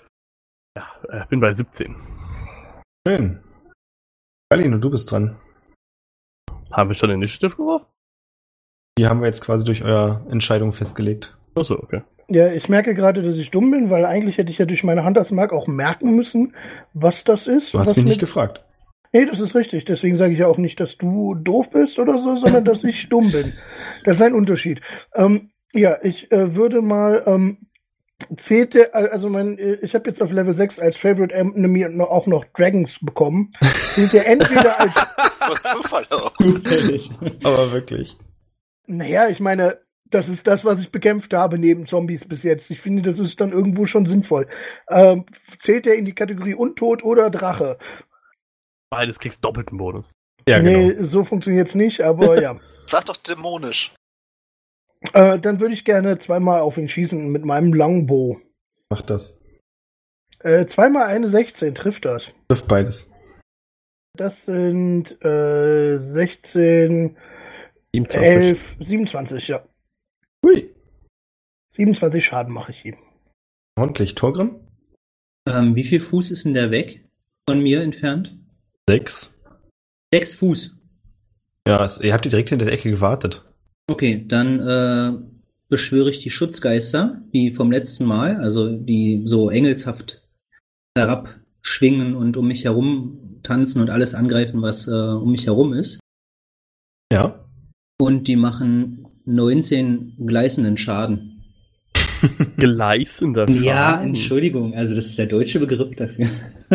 Ja, ich bin bei siebzehn. Schön. Alino, du bist dran. Haben wir schon den Initiative geworfen? Die haben wir jetzt quasi durch eure Entscheidung festgelegt. Achso, okay. Ja, ich merke gerade, dass ich dumm bin, weil eigentlich hätte ich ja durch meine Handelsmark auch merken müssen, was das ist. Du hast was mich mit... nicht gefragt. Nee, das ist richtig. Deswegen sage ich ja auch nicht, dass du doof bist oder so, sondern dass ich dumm bin. Das ist ein Unterschied. Ähm, ja, ich äh, würde mal ähm, zählt der, also mein, ich habe jetzt auf Level sechs als Favorite Enemy auch noch Dragons bekommen. Zählt der entweder als... so Zufall auch. Aber wirklich. Naja, ich meine, das ist das, was ich bekämpft habe neben Zombies bis jetzt. Ich finde, das ist dann irgendwo schon sinnvoll. Ähm, zählt der in die Kategorie Untot oder Drache? Beides kriegst doppelten Bonus. Ja, nee, genau. so funktioniert's nicht, aber ja. Sag doch dämonisch. Äh, dann würde ich gerne zweimal auf ihn schießen mit meinem Longbow. Mach das. Äh, zweimal eine sechzehn, trifft das. Trifft beides. Das sind äh, sechzehn, siebenundzwanzig. elf, siebenundzwanzig, ja. Hui. siebenundzwanzig Schaden mache ich ihm. Ordentlich. Torgrim? Ähm, wie viel Fuß ist denn der weg von mir entfernt? Sechs. Sechs Fuß. Ja, es, ihr habt direkt hinter der Ecke gewartet. Okay, dann äh, beschwöre ich die Schutzgeister, wie vom letzten Mal, also die so engelshaft herabschwingen und um mich herum tanzen und alles angreifen, was äh, um mich herum ist. Ja. Und die machen neunzehn gleißenden Schaden. Gleißender Schaden. Ja, Entschuldigung, also das ist der deutsche Begriff dafür.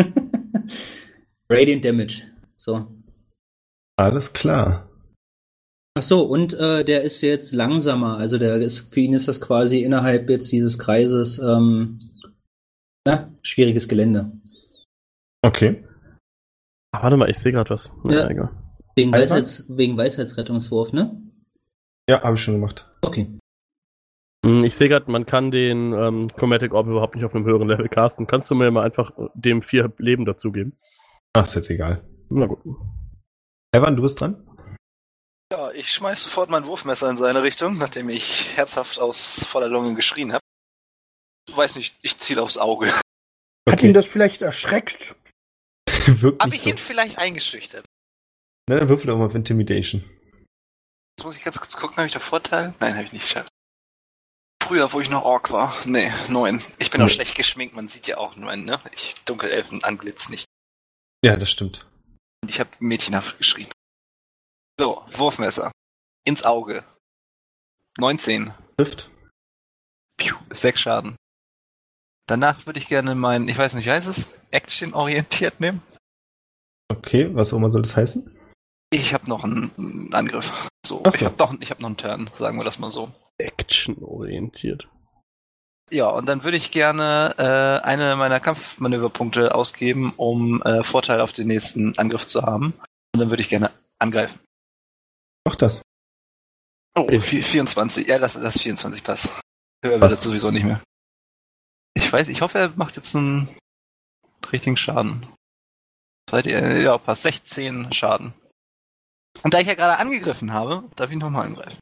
Radiant Damage. So. Alles klar. Ach so, und äh, der ist jetzt langsamer. Also der ist, für ihn ist das quasi innerhalb jetzt dieses Kreises ähm, na, schwieriges Gelände. Okay. Ach, warte mal, ich sehe gerade was. Ja. Ja, egal. Wegen, Alter? Weisheits, wegen Weisheitsrettungswurf, ne? Ja, habe ich schon gemacht. Okay. Hm, Ich sehe gerade, man kann den ähm, Chromatic Orb überhaupt nicht auf einem höheren Level casten. Kannst du mir mal einfach dem vier Leben dazugeben? Ach, ist jetzt egal. Na gut. Evan, du bist dran? Ja, ich schmeiß sofort mein Wurfmesser in seine Richtung, nachdem ich herzhaft aus voller Lunge geschrien habe. Du weißt nicht, ich ziele aufs Auge. Hat ihn das vielleicht erschreckt? Wirkt Hab nicht ich so. ihn vielleicht eingeschüchtert? Ne, dann würfel doch mal auf Intimidation. Jetzt muss ich ganz kurz gucken, habe ich da Vorteil? Nein, habe ich nicht geschafft. Früher, wo ich noch Ork war. Nee, neun. Ich bin Nee. auch schlecht geschminkt, man sieht ja auch mein, ne? Ich Dunkelelfen-Anglitz nicht. Ja, das stimmt. Und ich habe mädchenhaft geschrien. So, Wurfmesser. Ins Auge. neunzehn. Trifft. Piu, sechs Schaden. Danach würde ich gerne meinen, ich weiß nicht, wie heißt es? Action-orientiert nehmen. Okay, was auch immer soll das heißen? Ich habe noch einen, einen Angriff. So, Ach so. ich habe noch, ich hab noch einen Turn, sagen wir das mal so. Action-orientiert. Ja, und dann würde ich gerne äh, eine meiner Kampfmanöverpunkte ausgeben, um äh, Vorteil auf den nächsten Angriff zu haben. Und dann würde ich gerne angreifen. Mach das. Oh, vi- vierundzwanzig. Ja, das, das vierundzwanzig passt. Höher wird Was? das sowieso nicht mehr. Ich weiß, ich hoffe, er macht jetzt einen richtigen Schaden. Seid ihr, ja, passt. sechzehn Schaden. Und da ich ja gerade angegriffen habe, darf ich nochmal angreifen.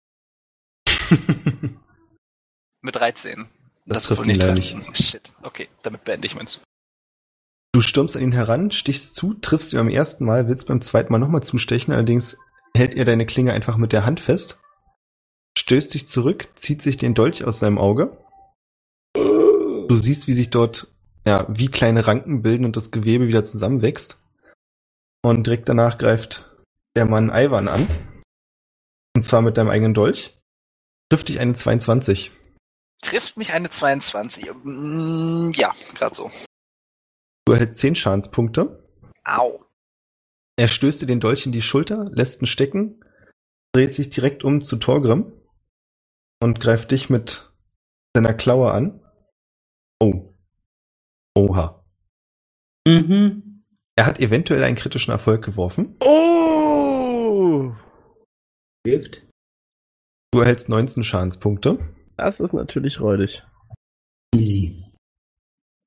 Mit dreizehn. Das wird trifft wohl ihn leider treffen. Shit. Okay, damit beende ich meinen Zug. Du stürmst an ihn heran, stichst zu, triffst ihn beim ersten Mal, willst beim zweiten Mal nochmal zustechen, allerdings hält er deine Klinge einfach mit der Hand fest, stößt dich zurück, zieht sich den Dolch aus seinem Auge. Du siehst, wie sich dort ja wie kleine Ranken bilden und das Gewebe wieder zusammenwächst. Und direkt danach greift der Mann Ivan an. Und zwar mit deinem eigenen Dolch. Trifft dich eine zweiundzwanzig. Trifft mich eine zweiundzwanzig? Mm, ja, gerade so. Du erhältst zehn Schadenspunkte. Au. Er stößt dir den Dolch in die Schulter, lässt ihn stecken, dreht sich direkt um zu Torgrim und greift dich mit seiner Klaue an. Oh. Oha. Mhm. Er hat eventuell einen kritischen Erfolg geworfen. Oh! Hilft. Du erhältst neunzehn Schadenspunkte. Das ist natürlich räudig. Easy.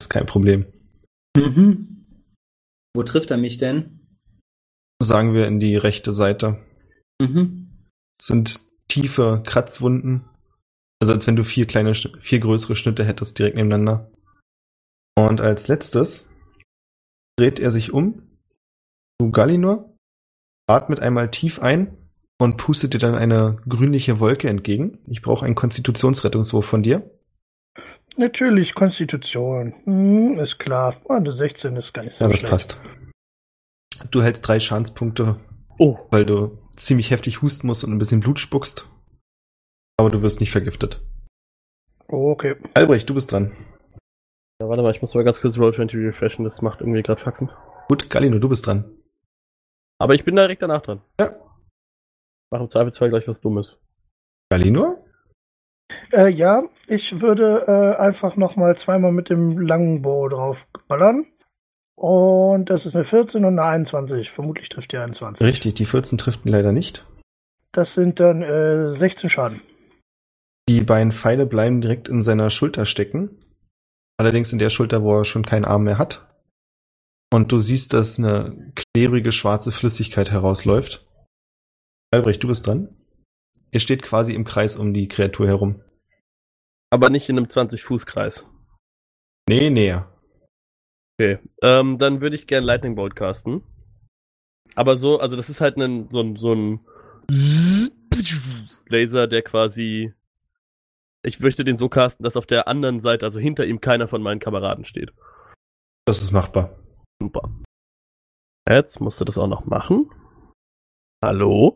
ist kein Problem. Mhm. Wo trifft er mich denn? Sagen wir in die rechte Seite. Mhm. Es sind tiefe Kratzwunden. Also als wenn du vier kleine, vier größere Schnitte hättest direkt nebeneinander. Und als letztes dreht er sich um zu Galinor, atmet einmal tief ein und pustet dir dann eine grünliche Wolke entgegen. Ich brauche einen Konstitutionsrettungswurf von dir. Natürlich, Konstitution. Hm, ist klar. Oh, eine sechzehn ist gar nicht so Ja, das schlecht. passt. Du hältst drei Schadenspunkte, Oh, weil du ziemlich heftig husten musst und ein bisschen Blut spuckst. Aber du wirst nicht vergiftet. Oh, okay. Albrecht, du bist dran. ja, warte mal, ich muss mal ganz kurz Roll zwanzig refreshen, das macht irgendwie gerade Faxen. Gut, Galino, du bist dran. Aber ich bin direkt danach dran. Ja. Mach im Zweifelsfall gleich was Dummes. Galino? Äh, ja, ich würde äh, einfach nochmal zweimal mit dem langen Bow drauf ballern. Und das ist eine vierzehn und eine einundzwanzig. Vermutlich trifft die einundzwanzig. Richtig, die vierzehn trifft ihn leider nicht. Das sind dann äh, sechzehn Schaden. Die beiden Pfeile bleiben direkt in seiner Schulter stecken. Allerdings in der Schulter, wo er schon keinen Arm mehr hat. Und du siehst, dass eine klebrige schwarze Flüssigkeit herausläuft. Albrecht, du bist dran. Ihr steht quasi im Kreis um die Kreatur herum. Aber nicht in einem zwanzig-Fuß-Kreis. Nee, näher. Okay, ähm, dann würde ich gerne Lightning Bolt casten. Aber so, also das ist halt ein, so ein, so ein Laser, der quasi, ich möchte den so casten, dass auf der anderen Seite, also hinter ihm, keiner von meinen Kameraden steht. Das ist machbar. Super. Jetzt musst du das auch noch machen. Hallo?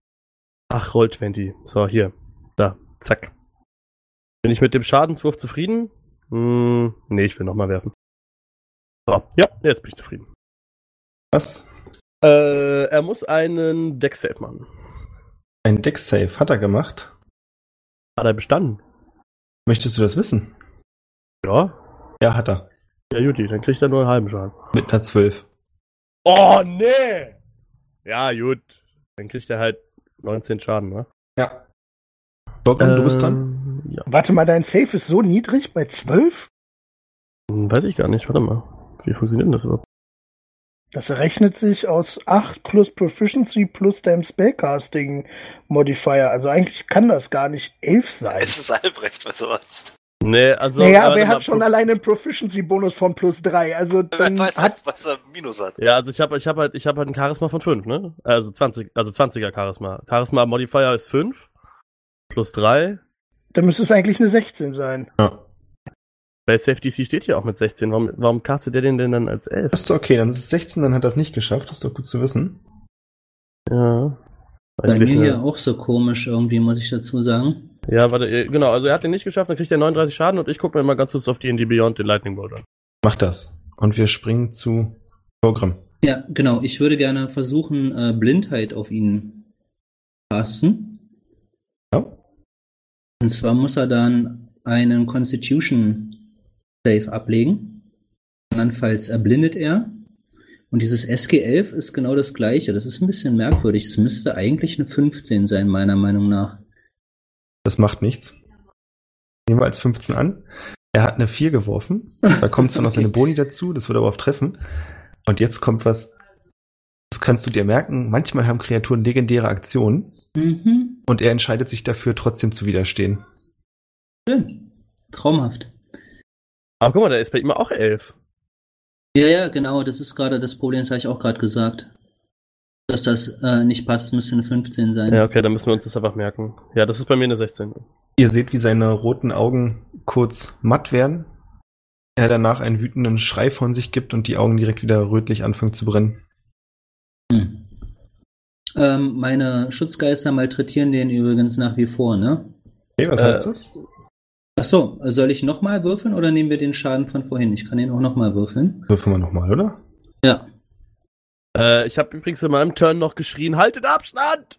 Ach, Roll zwanzig. So, hier. Da. Zack. Bin ich mit dem Schadenswurf zufrieden? Hm, nee, ich will nochmal werfen. So, ja, jetzt bin ich zufrieden. Was? Äh, er muss einen Dex-Save machen. Ein Dex-Save hat er gemacht. Hat er bestanden? Möchtest du das wissen? Ja. Ja, hat er. Ja, Juti, dann kriegt er nur einen halben Schaden. Mit einer zwölf. Oh, nee! Ja, gut. Dann kriegt er halt neunzehn Schaden, ne? Ja. Borgum, du bist dran? Ja. Warte mal, dein Safe ist so niedrig bei zwölf? Hm, weiß ich gar nicht. Warte mal. Wie funktioniert denn das überhaupt? Das errechnet sich aus acht plus Proficiency plus deinem Spellcasting Modifier. Also eigentlich kann das gar nicht elf sein. Es ist Albrecht bei sowas. Nee, also. Naja, ja, aber er warte hat schon mal, alleine einen Proficiency-Bonus von plus drei. Also Wer dann weiß hat halt, was er Minus hat. Ja, also ich habe ich hab halt, ich hab halt ein Charisma von fünf, ne? Also zwanzig, also zwanziger Charisma. Charisma Modifier ist fünf. Plus drei. dann müsste es eigentlich eine sechzehn sein. Ja. Bei Safe D C steht hier auch mit sechzehn. Warum, warum castet der den denn dann als elf? Das ist okay, dann ist es sechzehn, dann hat er es nicht geschafft. Das ist doch gut zu wissen. Ja. Bei mir Eigentlich hier eine- auch so komisch irgendwie, muss ich dazu sagen. Ja, warte, äh, genau, also er hat den nicht geschafft, dann kriegt er neununddreißig Schaden und ich gucke mir mal ganz kurz auf D and D Beyond den Lightning Bolt an. Mach das. Und wir springen zu Programm. Ja, genau. Ich würde gerne versuchen, äh, Blindheit auf ihn casten. Ja. Und zwar muss er dann einen Constitution Save ablegen. Andernfalls erblindet er. Und dieses S G elf ist genau das gleiche. Das ist ein bisschen merkwürdig. Es müsste eigentlich eine fünfzehn sein, meiner Meinung nach. Das macht nichts. Nehmen wir als fünfzehn an. Er hat eine vier geworfen. Da kommt zwar noch Okay. seine Boni dazu, das wird aber auf Treffen. Und jetzt kommt was, das kannst du dir merken, manchmal haben Kreaturen legendäre Aktionen Mhm. und er entscheidet sich dafür, trotzdem zu widerstehen. Schön. Traumhaft. Aber guck mal, da ist bei ihm auch elf. Ja, ja, genau. Das ist gerade das Problem, das habe ich auch gerade gesagt. Dass das äh, nicht passt, müsste eine fünfzehn sein. Ja, okay, dann müssen wir uns das einfach merken. Ja, das ist bei mir eine sechzehn. Ihr seht, wie seine roten Augen kurz matt werden. Er danach einen wütenden Schrei von sich gibt und die Augen direkt wieder rötlich anfangen zu brennen. Hm. Ähm, meine Schutzgeister malträtieren den übrigens nach wie vor, ne? Okay, was Äh, heißt das? Ach so, soll ich nochmal würfeln oder nehmen wir den Schaden von vorhin? Ich kann den auch nochmal würfeln. Würfeln wir nochmal, oder? Ja. Äh, ich habe übrigens in meinem Turn noch geschrien, haltet Abstand!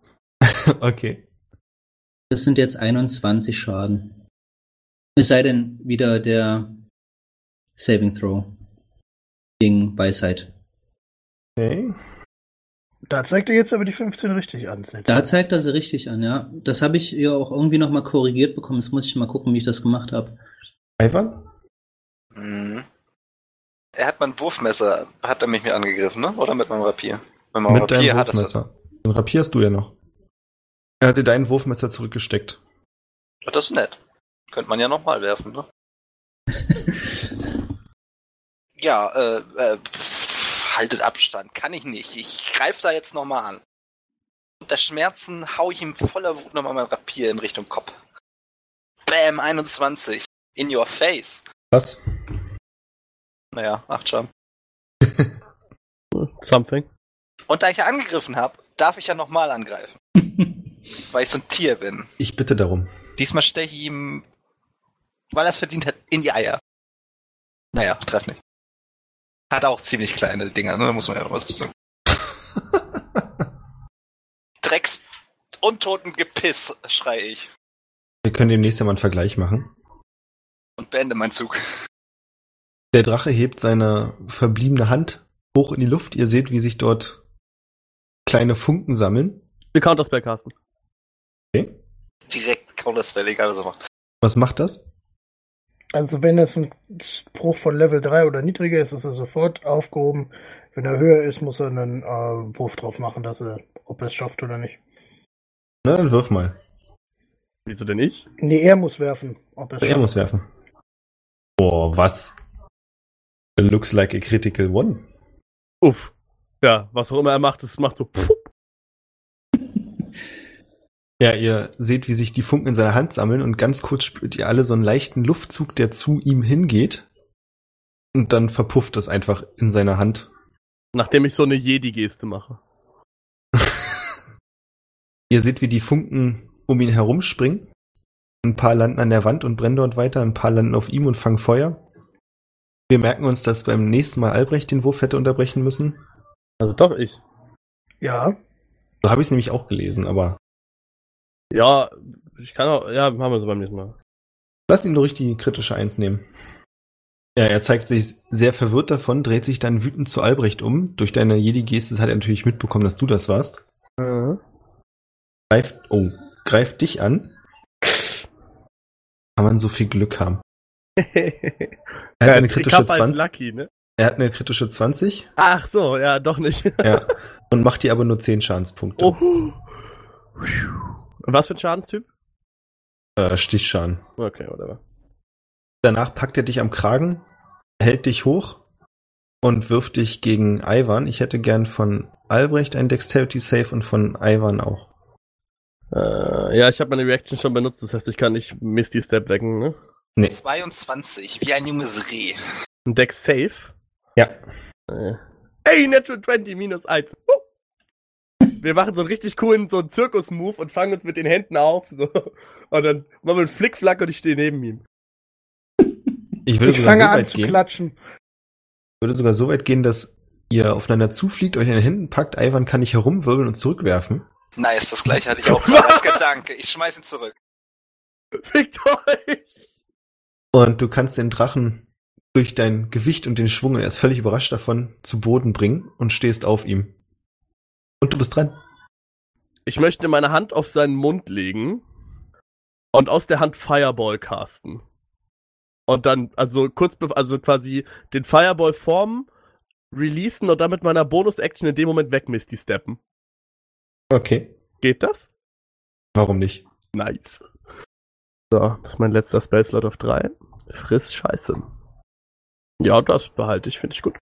Okay. Das sind jetzt einundzwanzig Schaden. Es sei denn wieder der Saving Throw gegen Weisheit. Okay. Da zeigt er jetzt aber die fünfzehn richtig an. Da zeigt er sie richtig an, ja. Das habe ich ja auch irgendwie nochmal korrigiert bekommen. Jetzt muss ich mal gucken, wie ich das gemacht habe. Ivan? Hm. er hat mein Wurfmesser, hat er mich mit angegriffen, ne? Oder mit meinem Rapier? Mit, meinem Mit Rapier deinem hat Wurfmesser. Den Rapier hast du ja noch. Er hatte dein Wurfmesser zurückgesteckt. Das, das ist nett. Könnte man ja nochmal werfen, ne? Ja, äh, äh, pff, haltet Abstand. Kann ich nicht. Ich greife da jetzt nochmal an. Unter Schmerzen hau ich ihm voller Wut nochmal mein Rapier in Richtung Kopf. Bam, einundzwanzig. In your face. Was? Naja, acht Schaden. Something. Und da ich ja angegriffen habe, darf ich ja nochmal angreifen. Weil ich so ein Tier bin. Ich bitte darum. Diesmal steche ich ihm, weil er es verdient hat, in die Eier. Naja, treff nicht. Hat auch ziemlich kleine Dinger, ne? Da muss man ja noch was dazu sagen. Drecks untoten Gepiss, schrei ich. Wir können demnächst ja mal einen Vergleich machen. Und beende meinen Zug. Der Drache hebt seine verbliebene Hand hoch in die Luft. Ihr seht, wie sich dort kleine Funken sammeln. Wir Counterspell casten. Okay. Direkt Counterspell, egal was er macht. Was macht das? Also wenn es ein Spruch von Level drei oder niedriger ist, ist er sofort aufgehoben. Wenn er höher ist, muss er einen äh, Wurf drauf machen, dass er, ob er es schafft oder nicht. Na, dann wirf mal. Wieso denn ich? Nee, er muss werfen. Ob er es Er schafft. muss werfen. Boah, was? It looks like a critical one. Uff. Ja, was auch immer er macht, es macht so pfupp. Ja, ihr seht, wie sich die Funken in seiner Hand sammeln und ganz kurz spürt ihr alle so einen leichten Luftzug, der zu ihm hingeht. Und dann verpufft es einfach in seiner Hand. Nachdem ich so eine Jedi-Geste mache. Ihr seht, wie die Funken um ihn herumspringen. Ein paar landen an der Wand und brennen dort weiter, ein paar landen auf ihm und fangen Feuer. Wir merken uns, dass beim nächsten Mal Albrecht den Wurf hätte unterbrechen müssen. Also doch ich. Ja. So habe ich es nämlich auch gelesen, aber Ja, ich kann auch, ja, machen wir so beim nächsten Mal. lass ihn durch die kritische Eins nehmen. Ja, er zeigt sich sehr verwirrt davon, dreht sich dann wütend zu Albrecht um. Durch deine Jedi-Geste hat er natürlich mitbekommen, dass du das warst. Mhm. Greift, oh, greift dich an. Kann man so viel Glück haben. Er hat eine kritische zwanzig. Lucky, ne? Er hat eine kritische zwanzig. Ach so, ja, doch nicht. Ja. Und macht dir aber nur zehn Schadenspunkte. Oh. Was für ein Schadenstyp? Äh, Stichschaden. Okay, whatever. Danach packt er dich am Kragen, hält dich hoch und wirft dich gegen Ivan. Ich hätte gern von Albrecht ein Dexterity Save und von Ivan auch. Äh, ja, ich habe meine Reaction schon benutzt, das heißt, ich kann nicht Misty Step wecken, ne? Nee. zweiundzwanzig, wie ein junges Reh. Ein Dex Save? Ja. Äh. Ey, Natural zwanzig minus eins. Uh. Wir machen so einen richtig coolen, so einen Zirkus-Move und fangen uns mit den Händen auf, so. Und dann machen wir einen Flickflack und ich stehe neben ihm. Ich würde Ich sogar fange so an weit zu gehen. klatschen. würde sogar so weit gehen, dass ihr aufeinander zufliegt, euch in den Händen packt, Ivan kann nicht herumwirbeln und zurückwerfen. Nice, das gleiche hatte ich auch gerade als Gedanke. Ich schmeiß ihn zurück. Fickt euch! Und du kannst den Drachen durch dein Gewicht und den Schwung, und er ist völlig überrascht davon, zu Boden bringen und stehst auf ihm. Und du bist dran. Ich möchte meine Hand auf seinen Mund legen und aus der Hand Fireball casten. Und dann, also kurz, be- also quasi den Fireball formen, releasen und dann mit meiner Bonus-Action in dem Moment weg Misty steppen. Okay. Geht das? Warum nicht? Nice. So, das ist mein letzter Spellslot auf drei. Friss Scheiße. Ja, das behalte ich, finde ich gut.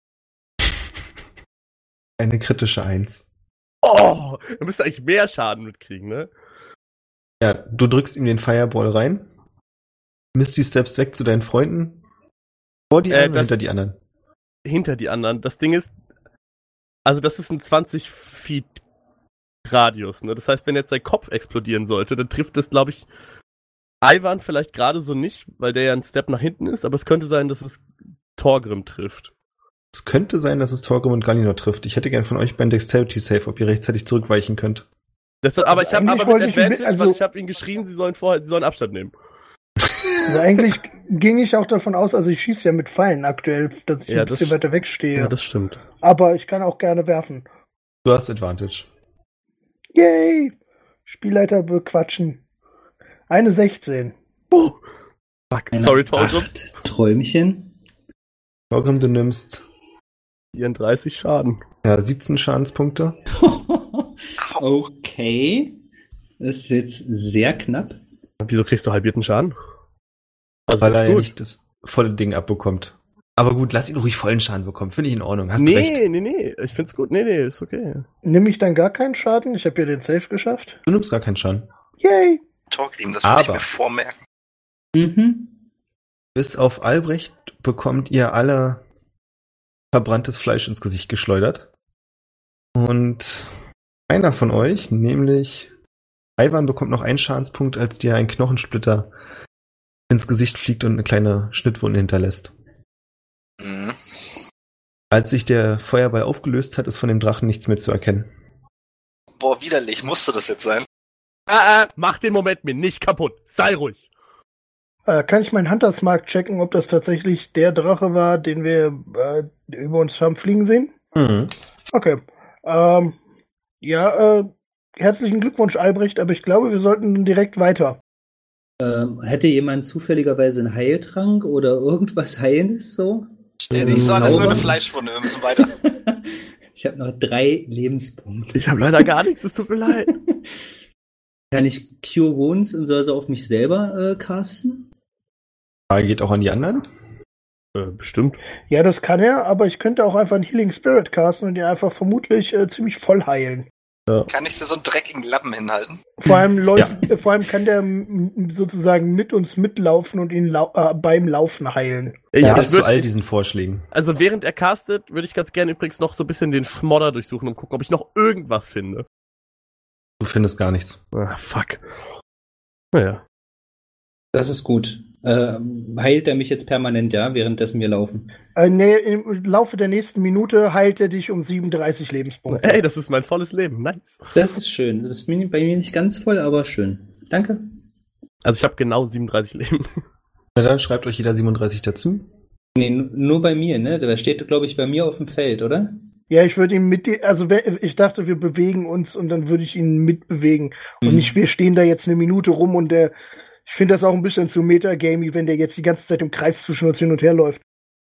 Eine kritische Eins. Oh, da müsste eigentlich mehr Schaden mitkriegen, ne? Ja, du drückst ihm den Fireball rein. Misty steps weg zu deinen Freunden. Vor die Äh, anderen oder das- hinter die anderen? Hinter die anderen. Das Ding ist, also das ist ein zwanzig Feet Radius, ne? Das heißt, wenn jetzt sein Kopf explodieren sollte, dann trifft es, glaube ich, Ivan vielleicht gerade so nicht, weil der ja ein Step nach hinten ist, aber es könnte sein, dass es Torgrim trifft. Es könnte sein, dass es Torgrim und Galinor trifft. Ich hätte gern von euch beim Dexterity Save, ob ihr rechtzeitig zurückweichen könnt. Deshalb, aber ich habe eigentlich aber mit wollte ich Advantage, mit- also- weil ich habe ihn geschrien, sie sollen vorher, sie sollen Abstand nehmen. Also eigentlich ging ich auch davon aus, also ich schieße ja mit Pfeilen aktuell, dass ich Ja, ein bisschen das- weiter wegstehe. das stimmt. Aber ich kann auch gerne werfen. Du hast Advantage. Yay! Spielleiter bequatschen. Eine sechzehn. Oh. Fuck. Eine Sorry, Torgrim. acht Träumchen. Torgrim, du nimmst vierunddreißig Schaden. ja, siebzehn Schadenspunkte. Okay. Das ist jetzt sehr knapp. Wieso kriegst du halbierten Schaden? Also weil er ja gut. nicht das volle Ding abbekommt. Aber gut, lass ihn ruhig vollen Schaden bekommen. Finde ich in Ordnung. Hast nee, recht. nee, nee. Ich find's gut. Nee, nee, ist okay. Nimm ich dann gar keinen Schaden? Ich habe ja den Safe geschafft. Du nimmst gar keinen Schaden. Yay! Torgrim, das will ich Aber- mir vormerken. Mhm. Bis auf Albrecht bekommt ihr alle verbranntes Fleisch ins Gesicht geschleudert. Und einer von euch, nämlich Ivan, bekommt noch einen Schadenspunkt, als dir ein Knochensplitter ins Gesicht fliegt und eine kleine Schnittwunde hinterlässt. Mhm. Als sich der Feuerball aufgelöst hat, ist von dem Drachen nichts mehr zu erkennen. Boah, widerlich, musste das jetzt sein? Ah, ah, mach den Moment mir nicht kaputt. Sei ruhig. Äh, kann ich meinen Huntersmark checken, ob das tatsächlich der Drache war, den wir äh, über uns haben fliegen sehen? Mhm. Okay. Ähm, ja, äh, herzlichen Glückwunsch, Albrecht, aber ich glaube, wir sollten direkt weiter. Ähm, hätte jemand zufälligerweise einen Heiltrank oder irgendwas Heilendes so? Stell dich so an, das ist nur eine Zaubern? Fleischwunde, wir müssen weiter. Ich habe noch drei Lebenspunkte. Ich habe leider gar nichts, es tut mir leid. Kann ich Cure Wounds und so also auf mich selber äh, casten? Frage geht auch an die anderen. Äh, bestimmt. Ja, das kann er, aber ich könnte auch einfach einen Healing Spirit casten und ihn einfach vermutlich äh, ziemlich voll heilen. Kann ich dir so einen dreckigen Lappen hinhalten? Vor allem, läuft, äh, vor allem kann der m- m- sozusagen mit uns mitlaufen und ihn lau äh, beim Laufen heilen. Ich, Ja, ich bis zu all würd, diesen Vorschlägen. also während er castet, würde ich ganz gerne übrigens noch so ein bisschen den Schmodder durchsuchen und gucken, ob ich noch irgendwas finde. Du findest gar nichts. Ah, fuck. Naja. Das ist gut. Äh, heilt er mich jetzt permanent, ja, währenddessen wir laufen? Äh, nee, im Laufe der nächsten Minute heilt er dich um siebenunddreißig Lebenspunkte. Ey, das ist mein volles Leben. Nice. Das ist schön. Das ist bei mir nicht ganz voll, aber schön. Danke. Also ich habe genau siebenunddreißig Leben. Na dann schreibt euch jeder siebenunddreißig dazu. Nee, n- nur bei mir, ne? Der steht, glaube ich, bei mir auf dem Feld, oder? Ja, ich würde ihn mit, also wenn- ich dachte, wir bewegen uns und dann würde ich ihn mitbewegen. Und Mhm. nicht, wir stehen da jetzt eine Minute rum und der, ich finde das auch ein bisschen zu metagamey, wenn der jetzt die ganze Zeit im Kreis zwischen uns hin und her läuft.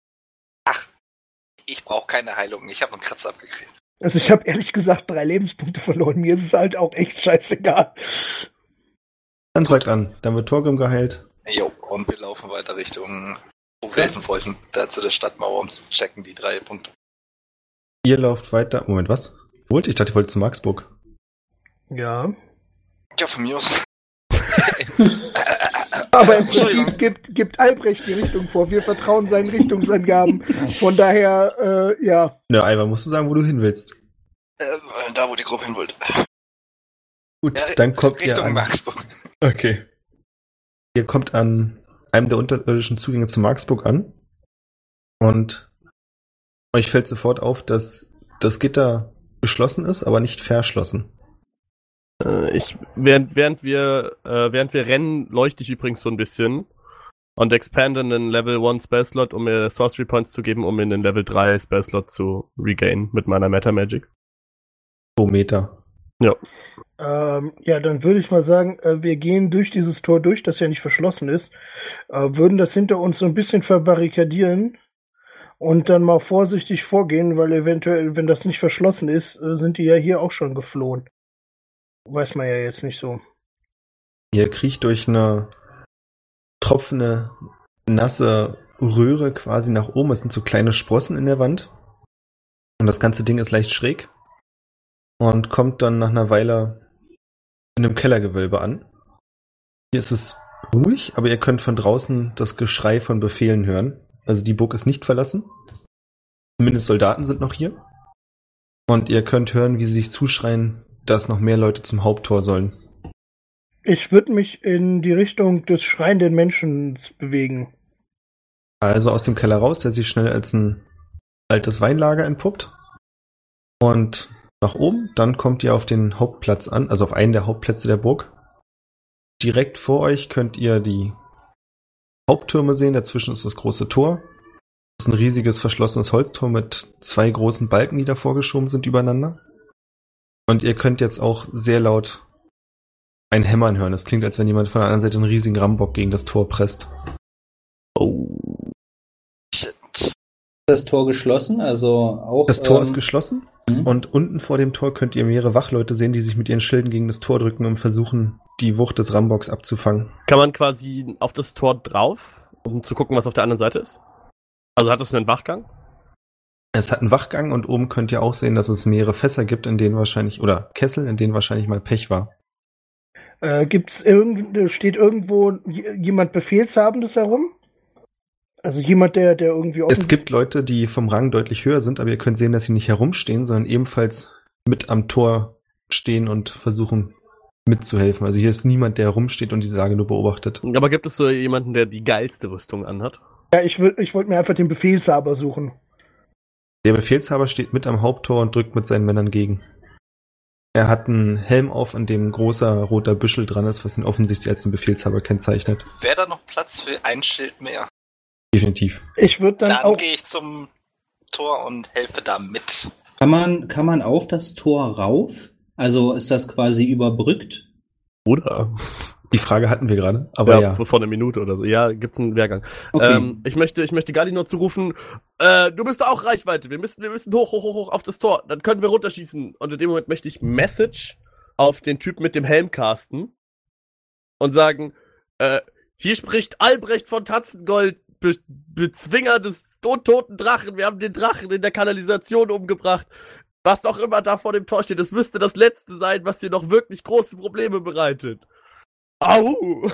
Ich brauche keine Heilung, ich habe einen Kratzer abgekriegt. Also ich habe ehrlich gesagt drei Lebenspunkte verloren. Mir ist es halt auch echt scheißegal. Dann sagt an. Dann wird Torgrim geheilt. Jo, und wir laufen weiter Richtung, wo wir helfen wollten, da zu der Stadtmauer, um zu checken, die drei Punkte. Ihr lauft weiter. Moment, was? Wollt? Ich dachte, ihr wollt zu Marksburg. Ja. Ja, von mir aus. Aber im Entschuldigung. Prinzip gibt, gibt Albrecht die Richtung vor. Wir vertrauen seinen Richtungsangaben. Von daher, äh, ja. Na, Ivan, musst du sagen, wo du hin willst. Äh, da, wo die Gruppe hin wollte. Gut, Ja, dann kommt ihr Richtung an. Marksburg. Okay. Ihr kommt an einem der unterirdischen Zugänge zu Marksburg an. Und euch fällt sofort auf, dass das Gitter geschlossen ist, aber nicht verschlossen. Äh, ich, während, während wir, äh, während wir rennen, leuchte ich übrigens so ein bisschen und expande einen Level eins Spell Slot, um mir Sorcery Points zu geben, um mir einen Level drei Spell Slot zu regain mit meiner Meta Magic. Pro Meter. Ja. Ähm, ja, dann würde ich mal sagen, äh, wir gehen durch dieses Tor durch, das ja nicht verschlossen ist, äh, würden das hinter uns so ein bisschen verbarrikadieren und dann mal vorsichtig vorgehen, weil eventuell, wenn das nicht verschlossen ist, äh, sind die ja hier auch schon geflohen. Weiß man ja jetzt nicht so. Ihr kriecht durch eine tropfende, nasse Röhre quasi nach oben. Es sind so kleine Sprossen in der Wand. Und das ganze Ding ist leicht schräg. Und kommt dann nach einer Weile in einem Kellergewölbe an. Hier ist es ruhig, aber ihr könnt von draußen das Geschrei von Befehlen hören. Also die Burg ist nicht verlassen. Zumindest Soldaten sind noch hier. Und ihr könnt hören, wie sie sich zuschreien, dass noch mehr Leute zum Haupttor sollen. Ich würde mich in die Richtung des schreienden Menschen bewegen. Also aus dem Keller raus, der sich schnell als ein altes Weinlager entpuppt. Und nach oben, dann kommt ihr auf den Hauptplatz an, also auf einen der Hauptplätze der Burg. Direkt vor euch könnt ihr die Haupttürme sehen, dazwischen ist das große Tor. Das ist ein riesiges verschlossenes Holztor mit zwei großen Balken, die davor geschoben sind übereinander. Und ihr könnt jetzt auch sehr laut ein Hämmern hören. Es klingt, als wenn jemand von der anderen Seite einen riesigen Rambock gegen das Tor presst. Oh. Shit. Das Tor geschlossen, also auch. Das Tor ähm, ist geschlossen mhm. und unten vor dem Tor könnt ihr mehrere Wachleute sehen, die sich mit ihren Schilden gegen das Tor drücken und versuchen, die Wucht des Ramboks abzufangen. Kann man quasi auf das Tor drauf, um zu gucken, was auf der anderen Seite ist? Also hat es einen Wachgang? Es hat einen Wachgang und oben könnt ihr auch sehen, dass es mehrere Fässer gibt, in denen wahrscheinlich, oder Kessel, in denen wahrscheinlich mal Pech war. Äh, gibt's irgend, steht irgendwo j- jemand Befehlshabendes herum? Also jemand, der, der irgendwie Es gibt Leute, die vom Rang deutlich höher sind, aber ihr könnt sehen, dass sie nicht herumstehen, sondern ebenfalls mit am Tor stehen und versuchen mitzuhelfen. Also hier ist niemand, der herumsteht und diese Lage nur beobachtet. Aber gibt es so jemanden, der die geilste Rüstung anhat? Ja, ich, will- ich wollte mir einfach den Befehlshaber suchen. Der Befehlshaber steht mit am Haupttor und drückt mit seinen Männern gegen. Er hat einen Helm auf, an dem ein großer roter Büschel dran ist, was ihn offensichtlich als den Befehlshaber kennzeichnet. Wäre da noch Platz für ein Schild mehr? Definitiv. Ich würde dann, Dann auch. gehe ich zum Tor und helfe da mit. Kann man, kann man auf das Tor rauf? Also ist das quasi überbrückt? Oder? Die Frage hatten wir gerade, aber ja. Vor, vor einer Minute oder so. Ja, gibt's einen Wehrgang. Okay. Ähm, ich möchte, ich möchte Gali nur zurufen, äh, du bist auch Reichweite. Wir müssen, wir müssen hoch, hoch, hoch, hoch auf das Tor. Dann können wir runterschießen. Und in dem Moment möchte ich Message auf den Typ mit dem Helm casten und sagen, äh, hier spricht Albrecht von Tatzengold, Be Bezwinger des toten Drachen. Wir haben den Drachen in der Kanalisation umgebracht. Was auch immer da vor dem Tor steht, das müsste das Letzte sein, was dir noch wirklich große Probleme bereitet. Au!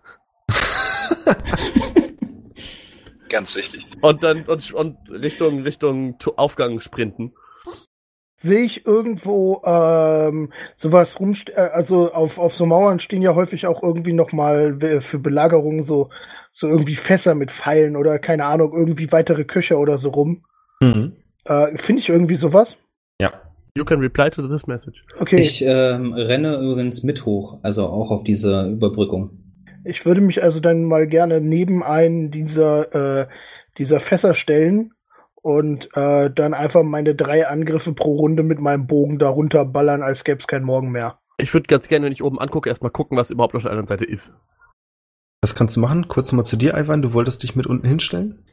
Ganz wichtig. Und dann und, und Richtung Richtung Aufgang sprinten. Sehe ich irgendwo ähm, sowas rumstehen, also auf, auf so Mauern stehen ja häufig auch irgendwie nochmal für Belagerungen so, so irgendwie Fässer mit Pfeilen oder keine Ahnung, irgendwie weitere Köcher oder so rum. Mhm. Äh, Finde ich irgendwie sowas? Ja. You can reply to this message. Okay. Ich ähm, renne übrigens mit hoch, also auch auf diese Überbrückung. Ich würde mich also dann mal gerne neben einen dieser, äh, dieser Fässer stellen und äh, dann einfach meine drei Angriffe pro Runde mit meinem Bogen darunter ballern, als gäbe es kein Morgen mehr. Ich würde ganz gerne, wenn ich oben angucke, erstmal gucken, was überhaupt auf der anderen Seite ist. Was kannst du machen? Kurz mal zu dir, Ivan. Du wolltest dich mit unten hinstellen?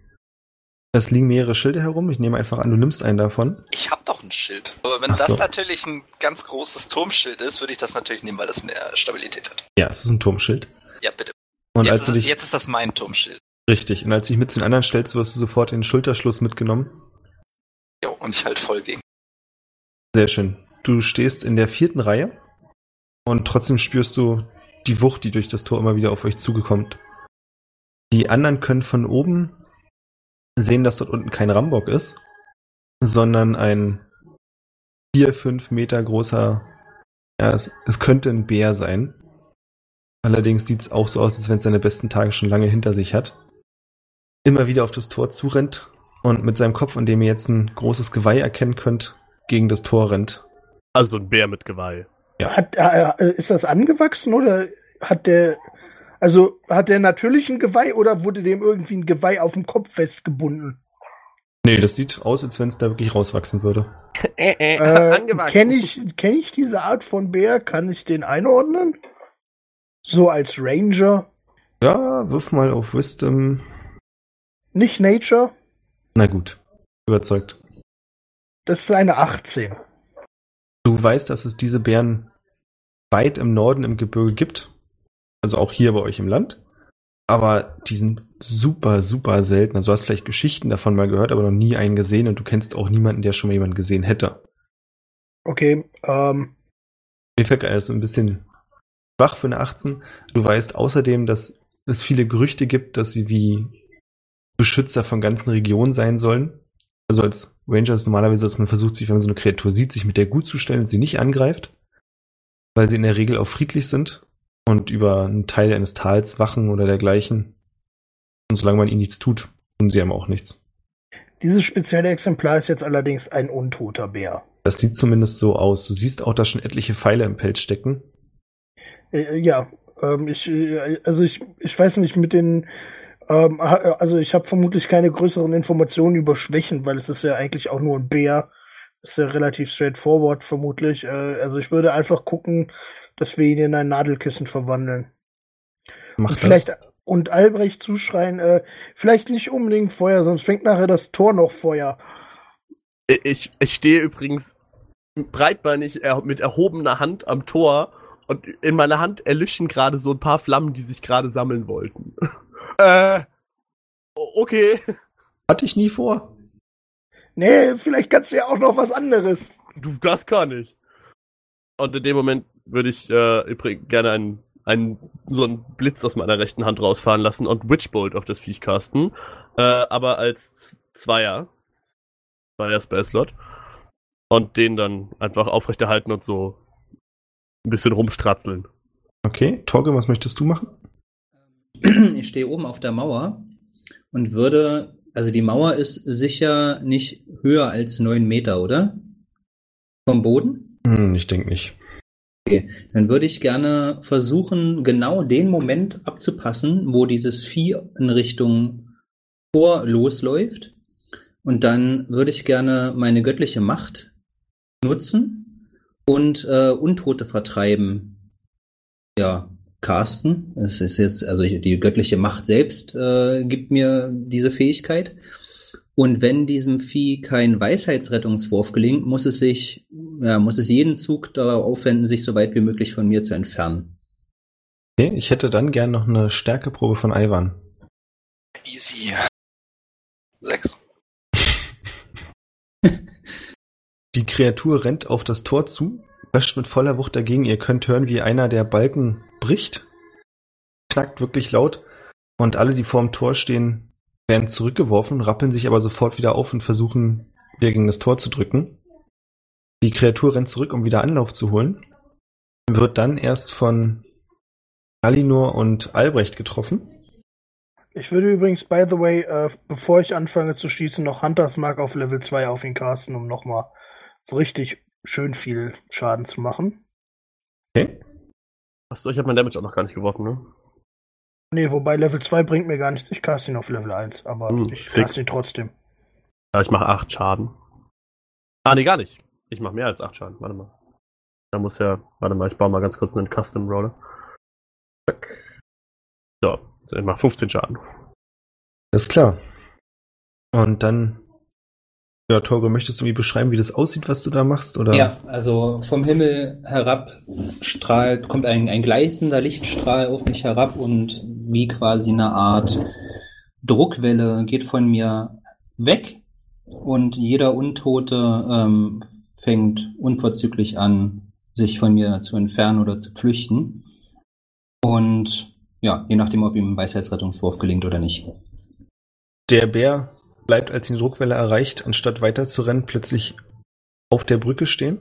Es liegen mehrere Schilde herum. Ich nehme einfach an, du nimmst einen davon. Ich habe doch ein Schild. Aber wenn Ach so. das natürlich ein ganz großes Turmschild ist, würde ich das natürlich nehmen, weil das mehr Stabilität hat. Ja, es ist ein Turmschild. Ja, bitte. Und Jetzt, als du ist, dich jetzt ist das mein Turmschild. richtig, und als du dich mit zu den anderen stellst, wirst du sofort in den Schulterschluss mitgenommen. Jo, und ich halt voll gegen. Sehr schön. Du stehst in der vierten Reihe und trotzdem spürst du die Wucht, die durch das Tor immer wieder auf euch zugekommt. Die anderen können von oben sehen, dass dort unten kein Rambock ist, sondern ein vier, fünf Meter großer, ja, es, es könnte ein Bär sein. Allerdings sieht es auch so aus, als wenn es seine besten Tage schon lange hinter sich hat. Immer wieder auf das Tor zurennt und mit seinem Kopf, an dem ihr jetzt ein großes Geweih erkennen könnt, gegen das Tor rennt. Also ein Bär mit Geweih. Ja. Hat, äh, ist das angewachsen oder hat der, also hat der natürlich ein Geweih oder wurde dem irgendwie ein Geweih auf dem Kopf festgebunden? Nee, das sieht aus, als wenn es da wirklich rauswachsen würde. äh, äh, Äh, angewachsen. Kenne ich, kenn ich diese Art von Bär? Kann ich den einordnen? So als Ranger? Ja, wirf mal auf Wisdom. Nicht Nature? Na gut, überzeugt. Das ist eine achtzehn. Du weißt, dass es diese Bären weit im Norden im Gebirge gibt. Also auch hier bei euch im Land. Aber die sind super, super selten. Also du hast vielleicht Geschichten davon mal gehört, aber noch nie einen gesehen. Und du kennst auch niemanden, der schon mal jemanden gesehen hätte. Okay, ähm, Mir fällt gerade so ein bisschen schwach für eine achtzehn. Du weißt außerdem, dass es viele Gerüchte gibt, dass sie wie Beschützer von ganzen Regionen sein sollen. Also als Ranger ist normalerweise, dass man versucht, sich, wenn man so eine Kreatur sieht, sich mit der gut zu stellen und sie nicht angreift, weil sie in der Regel auch friedlich sind und über einen Teil eines Tals wachen oder dergleichen. Und solange man ihnen nichts tut, tun sie einem auch nichts. dieses spezielle Exemplar ist jetzt allerdings ein untoter Bär. Das sieht zumindest so aus. Du siehst auch, dass schon etliche Pfeile im Pelz stecken. Äh, ja, ähm, ich, äh, also ich, ich weiß nicht, mit den, ähm, ha- also ich habe vermutlich keine größeren Informationen über Schwächen, weil es ist ja eigentlich auch nur ein Bär. Ist ja relativ straightforward vermutlich. Äh, also ich würde einfach gucken, dass wir ihn in ein Nadelkissen verwandeln. Macht Und vielleicht, das. und Albrecht zuschreien, äh, vielleicht nicht unbedingt Feuer, sonst fängt nachher das Tor noch Feuer. Ich, ich stehe übrigens breitbeinig er, mit erhobener Hand am Tor und in meiner Hand erlischen gerade so ein paar Flammen, die sich gerade sammeln wollten. äh, okay. Hatte ich nie vor. Nee, vielleicht kannst du ja auch noch was anderes. Du, das kann ich. Und in dem Moment würde ich äh, übrigens gerne einen, einen, so einen Blitz aus meiner rechten Hand rausfahren lassen und Witchbolt auf das Viech casten. Äh, aber als Zweier. Zweier Spell-Slot. Und den dann einfach aufrechterhalten und so ein bisschen rumstratzeln. Okay, Torge, was möchtest du machen? Ich stehe oben auf der Mauer und würde, also die Mauer ist sicher nicht höher als neun Meter, oder? Vom Boden? Hm, ich denke nicht. Okay, dann würde ich gerne versuchen, genau den Moment abzupassen, wo dieses Vieh in Richtung Tor losläuft. Und dann würde ich gerne meine göttliche Macht nutzen und äh, Untote vertreiben. Ja, casten. Es ist jetzt, also die göttliche Macht selbst äh, gibt mir diese Fähigkeit. Und wenn diesem Vieh kein Weisheitsrettungswurf gelingt, muss es sich, ja, muss es jeden Zug darauf aufwenden, sich so weit wie möglich von mir zu entfernen. Okay, ich hätte dann gern noch eine Stärkeprobe von Ivan. Easy. Sechs. Die Kreatur rennt auf das Tor zu, prescht mit voller Wucht dagegen. Ihr könnt hören, wie einer der Balken bricht. Knackt wirklich laut. Und alle, die vorm Tor stehen, werden zurückgeworfen, rappeln sich aber sofort wieder auf und versuchen, wieder gegen das Tor zu drücken. Die Kreatur rennt zurück, um wieder Anlauf zu holen. Wird dann erst von Alinor und Albrecht getroffen. Ich würde übrigens, by the way, äh, bevor ich anfange zu schießen, noch Hunters Mark auf Level zwei auf ihn casten, um nochmal so richtig schön viel Schaden zu machen. Okay. Achso, ich habe mein Damage auch noch gar nicht geworfen, ne? Nee, wobei Level zwei bringt mir gar nichts. Ich caste ihn auf Level eins, aber Hm, ich sick. caste ihn trotzdem. Ja, ich mache acht Schaden. Ah, nee, gar nicht. Ich mache mehr als acht Schaden. Warte mal. Da muss ja. Warte mal, ich baue mal ganz kurz einen Custom Roller. So, ich mache fünfzehn Schaden. Ist klar. Und dann, ja, Torgo, möchtest du mir beschreiben, wie das aussieht, was du da machst? Oder? Ja, also vom Himmel herab strahlt, kommt ein, ein gleißender Lichtstrahl auf mich herab und wie quasi eine Art Druckwelle geht von mir weg und jeder Untote ähm, fängt unverzüglich an, sich von mir zu entfernen oder zu flüchten. Und ja, je nachdem, ob ihm ein Weisheitsrettungswurf gelingt oder nicht. Der Bär bleibt, als ihn die Druckwelle erreicht, anstatt weiter zu rennen, plötzlich auf der Brücke stehen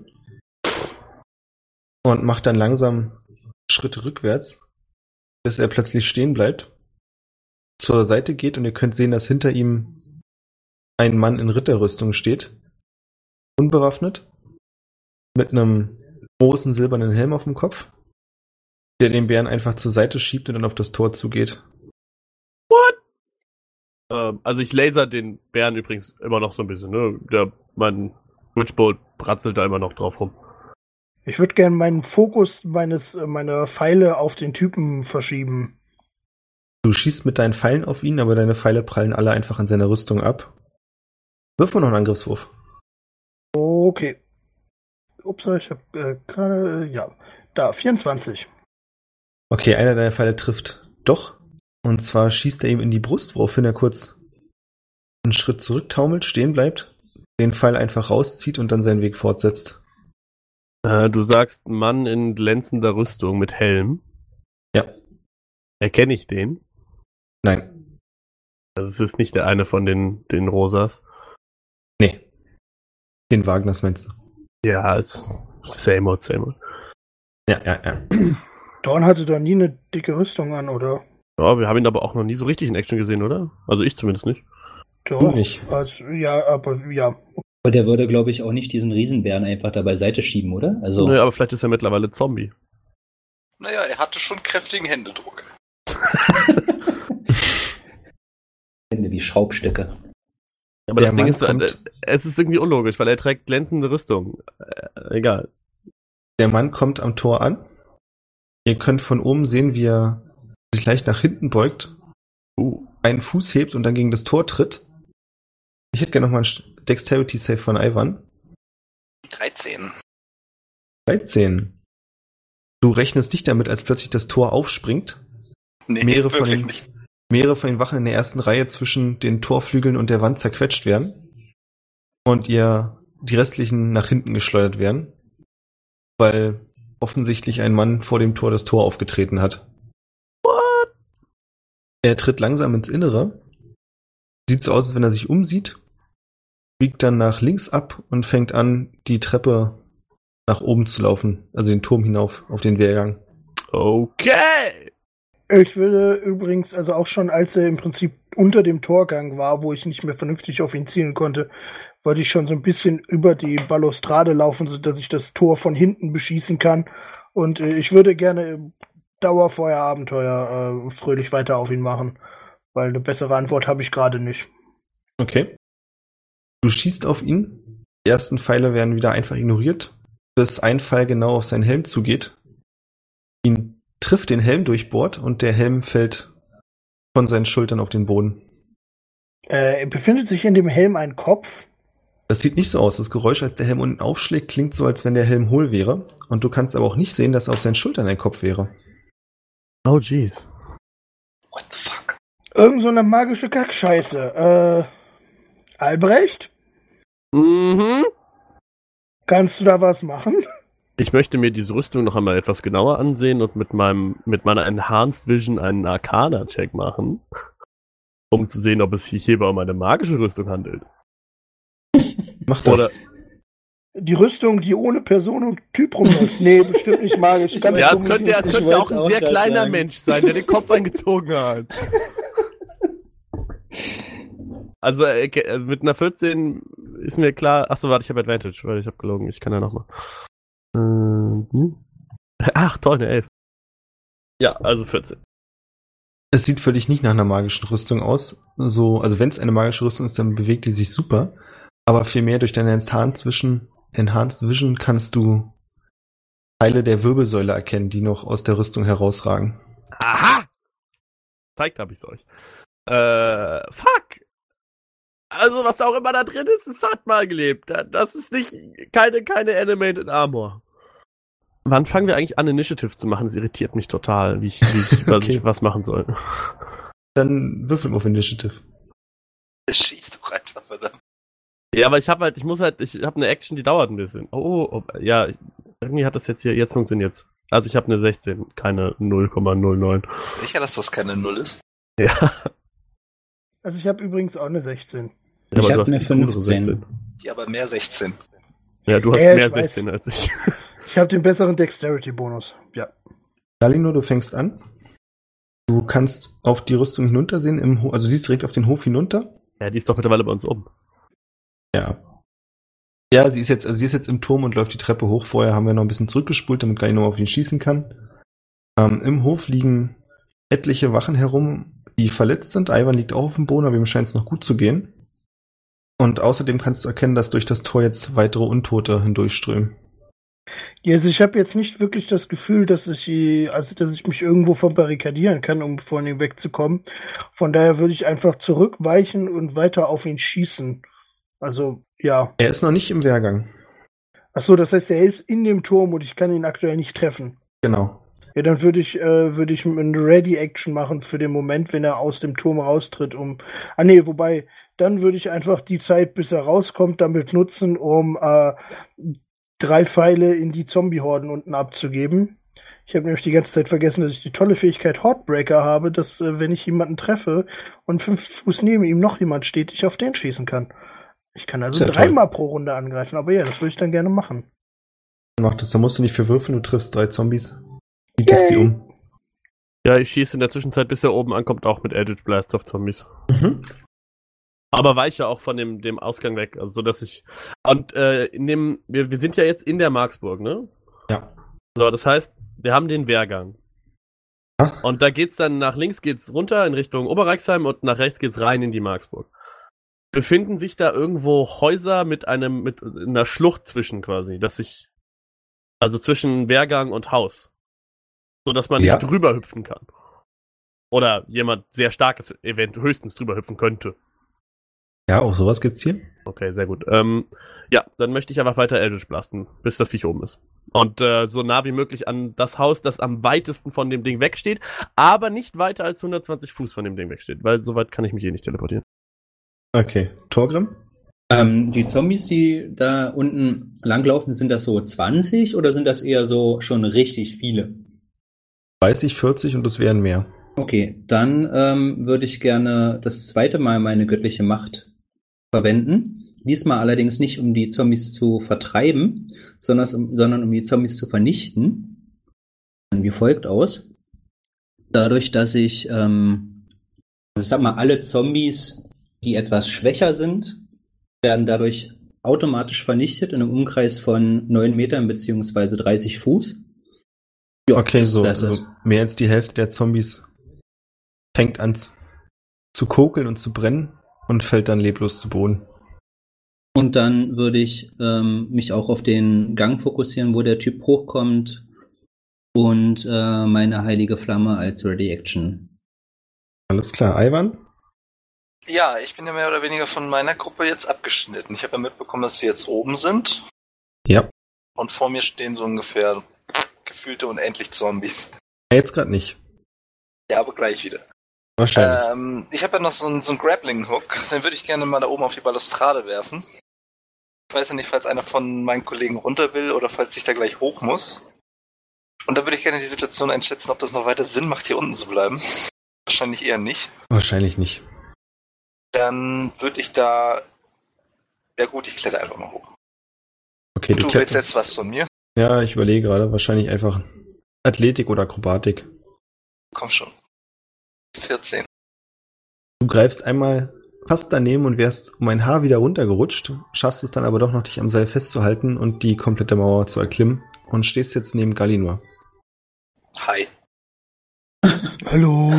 und macht dann langsam Schritte rückwärts, bis er plötzlich stehen bleibt, zur Seite geht und ihr könnt sehen, dass hinter ihm ein Mann in Ritterrüstung steht, unbewaffnet, mit einem großen silbernen Helm auf dem Kopf, der den Bären einfach zur Seite schiebt und dann auf das Tor zugeht. What? Ähm, also ich laser den Bären übrigens immer noch so ein bisschen, ne? Der, mein Witchbolt bratzelt da immer noch drauf rum. Ich würde gerne meinen Fokus meines meiner Pfeile auf den Typen verschieben. Du schießt mit deinen Pfeilen auf ihn, aber deine Pfeile prallen alle einfach an seiner Rüstung ab. Wirf mal noch einen Angriffswurf. Okay. Ups, ich hab äh, gerade, ja, da, vierundzwanzig. Okay, einer deiner Pfeile trifft doch. Und zwar schießt er ihm in die Brust, woraufhin er kurz einen Schritt zurücktaumelt, stehen bleibt, den Pfeil einfach rauszieht und dann seinen Weg fortsetzt. Äh, du sagst Mann in glänzender Rüstung mit Helm. Ja. Erkenne ich den? Nein. Also es ist nicht der eine von den, den Rosas. Nee. Den Wagners meinst du? Ja, ist same old, same old. Ja, ja, ja. Dorn hatte doch nie eine dicke Rüstung an, oder? Ja, wir haben ihn aber auch noch nie so richtig in Action gesehen, oder? Also ich zumindest nicht. Doch. Du nicht. Also, ja, aber ja. Aber der würde, glaube ich, auch nicht diesen Riesenbären einfach da beiseite schieben, oder? Also Nö, aber vielleicht ist er mittlerweile Zombie. Naja, er hatte schon kräftigen Händedruck. Hände wie Schraubstücke. Aber Der das Ding Mann ist, äh, kommt- es ist irgendwie unlogisch, weil er trägt glänzende Rüstung. Äh, egal. Der Mann kommt am Tor an. Ihr könnt von oben sehen, wie er sich leicht nach hinten beugt Uh. einen Fuß hebt und dann gegen das Tor tritt. Ich hätte gerne nochmal einen Dexterity-Save von Ivan. dreizehn. dreizehn. Du rechnest nicht damit, als plötzlich das Tor aufspringt. Nee, mehrere, von wirklich den, nicht. mehrere von den Wachen in der ersten Reihe zwischen den Torflügeln und der Wand zerquetscht werden. Und ihr die restlichen nach hinten geschleudert werden. Weil offensichtlich ein Mann vor dem Tor das Tor aufgetreten hat. What? Er tritt langsam ins Innere. Sieht so aus, als wenn er sich umsieht. Biegt dann nach links ab und fängt an, die Treppe nach oben zu laufen. Also den Turm hinauf, auf den Wehrgang. Okay. Ich würde übrigens, also auch schon als er im Prinzip unter dem Torgang war, wo ich nicht mehr vernünftig auf ihn zielen konnte, wollte ich schon so ein bisschen über die Balustrade laufen, sodass ich das Tor von hinten beschießen kann. Und äh, ich würde gerne Dauerfeuerabenteuer äh, fröhlich weiter auf ihn machen, weil eine bessere Antwort habe ich gerade nicht. Okay. Du schießt auf ihn. Die ersten Pfeile werden wieder einfach ignoriert, bis ein Pfeil genau auf seinen Helm zugeht. Ihn trifft den Helm durchbohrt und der Helm fällt von seinen Schultern auf den Boden. Äh, befindet sich in dem Helm ein Kopf? Das sieht nicht so aus. Das Geräusch, als der Helm unten aufschlägt, klingt so, als wenn der Helm hohl wäre. Und du kannst aber auch nicht sehen, dass auf seinen Schultern ein Kopf wäre. Oh, jeez. What the fuck? Irgend so eine magische Kackscheiße. Äh, Albrecht? Mhm. Kannst du da was machen? Ich möchte mir diese Rüstung noch einmal etwas genauer ansehen und mit meinem mit meiner Enhanced Vision einen Arcana-Check machen, um zu sehen, ob es sich hierbei um eine magische Rüstung handelt. Mach das. Oder Die Rüstung, die ohne Person und Typ rumläuft. Nee, bestimmt nicht magisch. Ich Ganz weiß- ja, es dumm. könnte, es Ich könnte ja wollte auch ein auch sehr grad kleiner sagen. Mensch sein, der den Kopf eingezogen hat. Also äh, ge- mit einer vierzehn ist mir klar. Achso, warte, ich habe Advantage, weil ich habe gelogen. Ich kann ja nochmal. Ähm, hm? Ach, toll, eine elf. Ja, also vierzehn. Es sieht völlig nicht nach einer magischen Rüstung aus. So, also wenn es eine magische Rüstung ist, dann bewegt die sich super. Aber vielmehr durch deine Enhanced Vision, Enhanced Vision kannst du Teile der Wirbelsäule erkennen, die noch aus der Rüstung herausragen. Aha! Zeigt habe ich's euch. Äh, fuck! Also, was auch immer da drin ist, es hat mal gelebt. Das ist nicht, keine, keine Animated Armor. Wann fangen wir eigentlich an, Initiative zu machen? Das irritiert mich total, wie ich, wie ich, was, Okay. ich was machen soll. Dann würfel mal auf Initiative. Schieß doch einfach, verdammt. Ja, aber ich habe halt, ich muss halt, ich habe eine Action, die dauert ein bisschen. Oh, oh ja, irgendwie hat das jetzt hier, jetzt funktioniert's. Also ich habe eine sechzehn, keine null Komma null neun. Sicher, dass das keine Null ist? Ja. Also ich habe übrigens auch eine sechzehn. Ja, Ich aber hab du hast eine die coolere fünfzehn. sechzehn. Ja, aber mehr sechzehn. Ja, du hast Ja, ich mehr weiß. sechzehn als ich. Ich habe den besseren Dexterity-Bonus. Ja. Dalino, du fängst an. Du kannst auf die Rüstung hinuntersehen, im Ho- also du siehst direkt auf den Hof hinunter. Ja, die ist doch mittlerweile bei uns oben. Ja. Ja, sie ist jetzt, also sie ist jetzt im Turm und läuft die Treppe hoch. Vorher haben wir noch ein bisschen zurückgespult, damit Galino auf ihn schießen kann. Ähm, Im Hof liegen etliche Wachen herum, die verletzt sind. Ivan liegt auch auf dem Boden, aber ihm scheint es noch gut zu gehen. Und außerdem kannst du erkennen, dass durch das Tor jetzt weitere Untote hindurchströmen. Ja, also ich habe jetzt nicht wirklich das Gefühl, dass ich, äh, also dass ich mich irgendwo verbarrikadieren kann, um von ihm wegzukommen. Von daher würde ich einfach zurückweichen und weiter auf ihn schießen. Also, ja. Er ist noch nicht im Wehrgang. Ach so, das heißt, er ist in dem Turm und ich kann ihn aktuell nicht treffen. Genau. Ja, dann würde ich, äh, würde ich eine Ready-Action machen für den Moment, wenn er aus dem Turm raustritt, um. Ah nee, wobei, dann würde ich einfach die Zeit, bis er rauskommt, damit nutzen, um äh, drei Pfeile in die Zombie-Horden unten abzugeben. Ich habe nämlich die ganze Zeit vergessen, dass ich die tolle Fähigkeit Hordbreaker habe, dass, äh, wenn ich jemanden treffe und fünf Fuß neben ihm noch jemand steht, ich auf den schießen kann. Ich kann also Sehr toll. dreimal pro Runde angreifen, aber ja, das würde ich dann gerne machen. Mach das, da musst du nicht für würfeln, du triffst drei Zombies. Bietest sie Yay. um. Ja, ich schieße in der Zwischenzeit, bis er oben ankommt, auch mit Eldritch Blast auf Zombies. Mhm. Aber weiche auch von dem, dem Ausgang weg, also so dass ich. Und äh, in dem, wir, wir sind ja jetzt in der Marksburg, ne? Ja. So, das heißt, wir haben den Wehrgang. Ah. Und da geht's dann, nach links geht's runter in Richtung Oberreichsheim und nach rechts geht's rein in die Marksburg. Befinden sich da irgendwo Häuser mit einem, mit einer Schlucht zwischen quasi, dass ich, also zwischen Wehrgang und Haus. So dass man Ja. nicht drüber hüpfen kann. Oder jemand sehr starkes eventuell höchstens drüber hüpfen könnte. Ja, auch sowas gibt's hier. Okay, sehr gut. Ähm, ja, dann möchte ich einfach weiter Eldritch blasten, bis das Viech oben ist. Und äh, so nah wie möglich an das Haus, das am weitesten von dem Ding wegsteht, aber nicht weiter als hundertzwanzig Fuß von dem Ding wegsteht, weil so weit kann ich mich eh nicht teleportieren. Okay, Torgrim? Ähm, die Zombies, die da unten langlaufen, sind das so zwanzig oder sind das eher so schon richtig viele? dreißig, vierzig und es wären mehr. Okay, dann ähm, würde ich gerne das zweite Mal meine göttliche Macht verwenden. Diesmal allerdings nicht, um die Zombies zu vertreiben, sondern um, sondern um die Zombies zu vernichten. Dann wie folgt aus. Dadurch, dass ich, ähm, also ich sag mal, alle Zombies, die etwas schwächer sind, werden dadurch automatisch vernichtet in einem Umkreis von neun Metern beziehungsweise dreißig Fuß. Ja, Okay, so, das ist also mehr als die Hälfte der Zombies fängt an z- zu kokeln und zu brennen und fällt dann leblos zu Boden. Und dann würde ich ähm, mich auch auf den Gang fokussieren, wo der Typ hochkommt und äh, meine heilige Flamme als Ready Action. Alles klar, Ivan? Ja, ich bin ja mehr oder weniger von meiner Gruppe jetzt abgeschnitten. Ich habe ja mitbekommen, dass sie jetzt oben sind. Ja. Und vor mir stehen so ungefähr gefühlte unendlich Zombies. Jetzt gerade nicht. Ja, aber gleich wieder. Wahrscheinlich. Ähm, ich habe ja noch so einen, so einen Grappling-Hook. Den würde ich gerne mal da oben auf die Balustrade werfen. Ich weiß ja nicht, falls einer von meinen Kollegen runter will oder falls ich da gleich hoch muss. Und da würde ich gerne die Situation einschätzen, ob das noch weiter Sinn macht, hier unten zu bleiben. Wahrscheinlich eher nicht. Wahrscheinlich nicht. Dann würde ich da... Ja gut, ich kletter einfach mal hoch. Okay, Du, du willst kletterst. jetzt was von mir? Ja, ich überlege gerade. Wahrscheinlich einfach Athletik oder Akrobatik. Komm schon. vierzehn. Du greifst einmal fast daneben und wärst um ein Haar wieder runtergerutscht, schaffst es dann aber doch noch, dich am Seil festzuhalten und die komplette Mauer zu erklimmen und stehst jetzt neben Galinur. Hi. Hallo.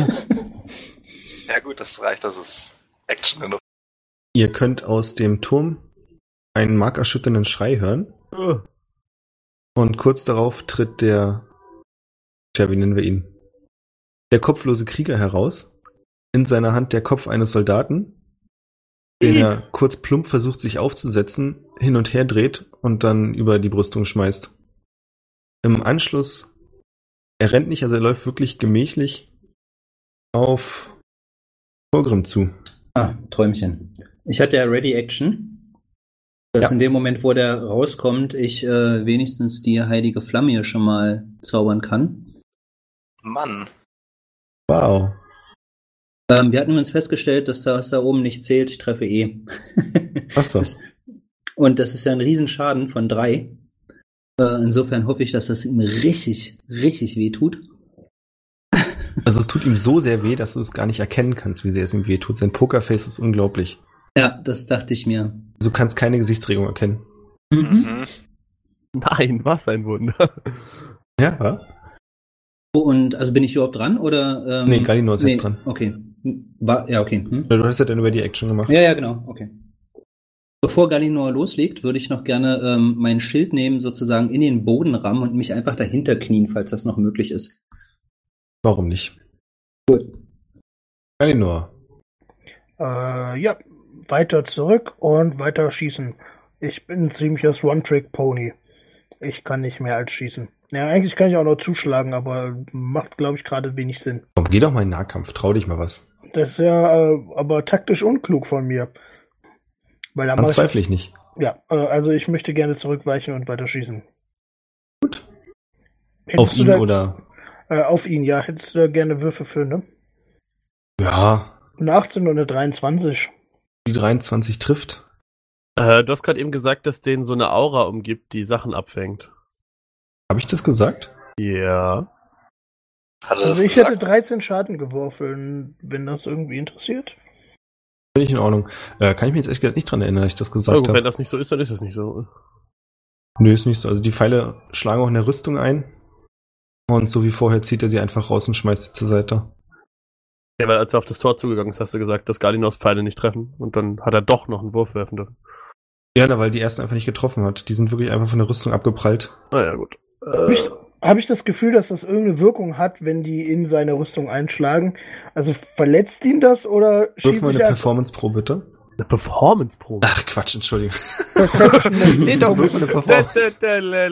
Ja gut, das reicht, das ist Action genug. Ihr könnt aus dem Turm einen markerschütternden Schrei hören Uh, und kurz darauf tritt der, tja, wie nennen wir ihn, der kopflose Krieger heraus, in seiner Hand der Kopf eines Soldaten, den er kurz plump versucht, sich aufzusetzen, hin und her dreht und dann über die Brüstung schmeißt. Im Anschluss, er rennt nicht, also er läuft wirklich gemächlich auf Torgrim zu. Ah, Träumchen. Ich hatte ja Ready Action. Dass Ja. in dem Moment, wo der rauskommt, ich äh, wenigstens die heilige Flamme hier schon mal zaubern kann. Mann. Wow. Ähm, wir hatten uns festgestellt, dass das da oben nicht zählt. Ich treffe eh. Ach so. Und das ist ja ein Riesenschaden von drei. Äh, insofern hoffe ich, dass das ihm richtig, richtig weh tut. Also es tut ihm so sehr weh, dass du es gar nicht erkennen kannst, wie sehr es ihm weh tut. Sein Pokerface ist unglaublich. Ja, das dachte ich mir. Also du kannst keine Gesichtsregung erkennen. Mhm. nein, was ein Wunder. Ja. Und also bin ich überhaupt dran oder? Ähm, Nee, Galinor ist jetzt dran. Okay. War, ja, okay. Hm? Du hast ja dann über die Action gemacht. Ja, ja, genau. Okay. Bevor Galinor loslegt, würde ich noch gerne ähm, mein Schild nehmen, sozusagen in den Boden rammen und mich einfach dahinter knien, falls das noch möglich ist. Warum nicht? Gut. Galinor. Äh, ja, weiter zurück und weiter schießen. Ich bin ein ziemliches One-Trick-Pony. Ich kann nicht mehr als schießen. Ja, eigentlich kann ich auch noch zuschlagen, aber macht, glaube ich, gerade wenig Sinn. Komm, geh doch mal in den Nahkampf. Trau dich mal was. Das ist ja äh, aber taktisch unklug von mir. Weil da Dann mach ich, zweifle ich nicht. ja, äh, also ich möchte gerne zurückweichen und weiter schießen. Gut. Hättest Auf du ihn da, oder? Äh, auf ihn, ja. Hättest du da gerne Würfe für, ne? Ja, Eine achtzehn und eine dreiundzwanzig. die dreiundzwanzig trifft. Äh, du hast gerade eben gesagt, dass den so eine Aura umgibt, die Sachen abfängt. Habe ich das gesagt? Ja. Hat er das Also ich gesagt? hätte dreizehn Schaden geworfen, wenn das irgendwie interessiert. Bin ich in Ordnung. Äh, kann ich mir jetzt echt nicht dran erinnern, dass ich das Oh, gesagt gut, wenn habe. das nicht so ist, dann ist das nicht so. Nö, ist nicht so. Also die Pfeile schlagen auch in der Rüstung ein. Und so wie vorher zieht er sie einfach raus und schmeißt sie zur Seite. Ja, weil als er auf das Tor zugegangen ist, hast du gesagt, dass Galinors Pfeile nicht treffen. Und dann hat er doch noch einen Wurf werfen dürfen. Ja, na, weil die ersten einfach nicht getroffen hat. Die sind wirklich einfach von der Rüstung abgeprallt. Ah ja, gut. Mich, Äh, habe ich das Gefühl, dass das irgendeine Wirkung hat, wenn die in seine Rüstung einschlagen? Also verletzt ihn das oder Wirf schießt mal eine mich Performance Pro, bitte. Eine Performance-Probe. Ach, Quatsch, Entschuldigung. Perception? Nee, doch, wirf mal eine Performance.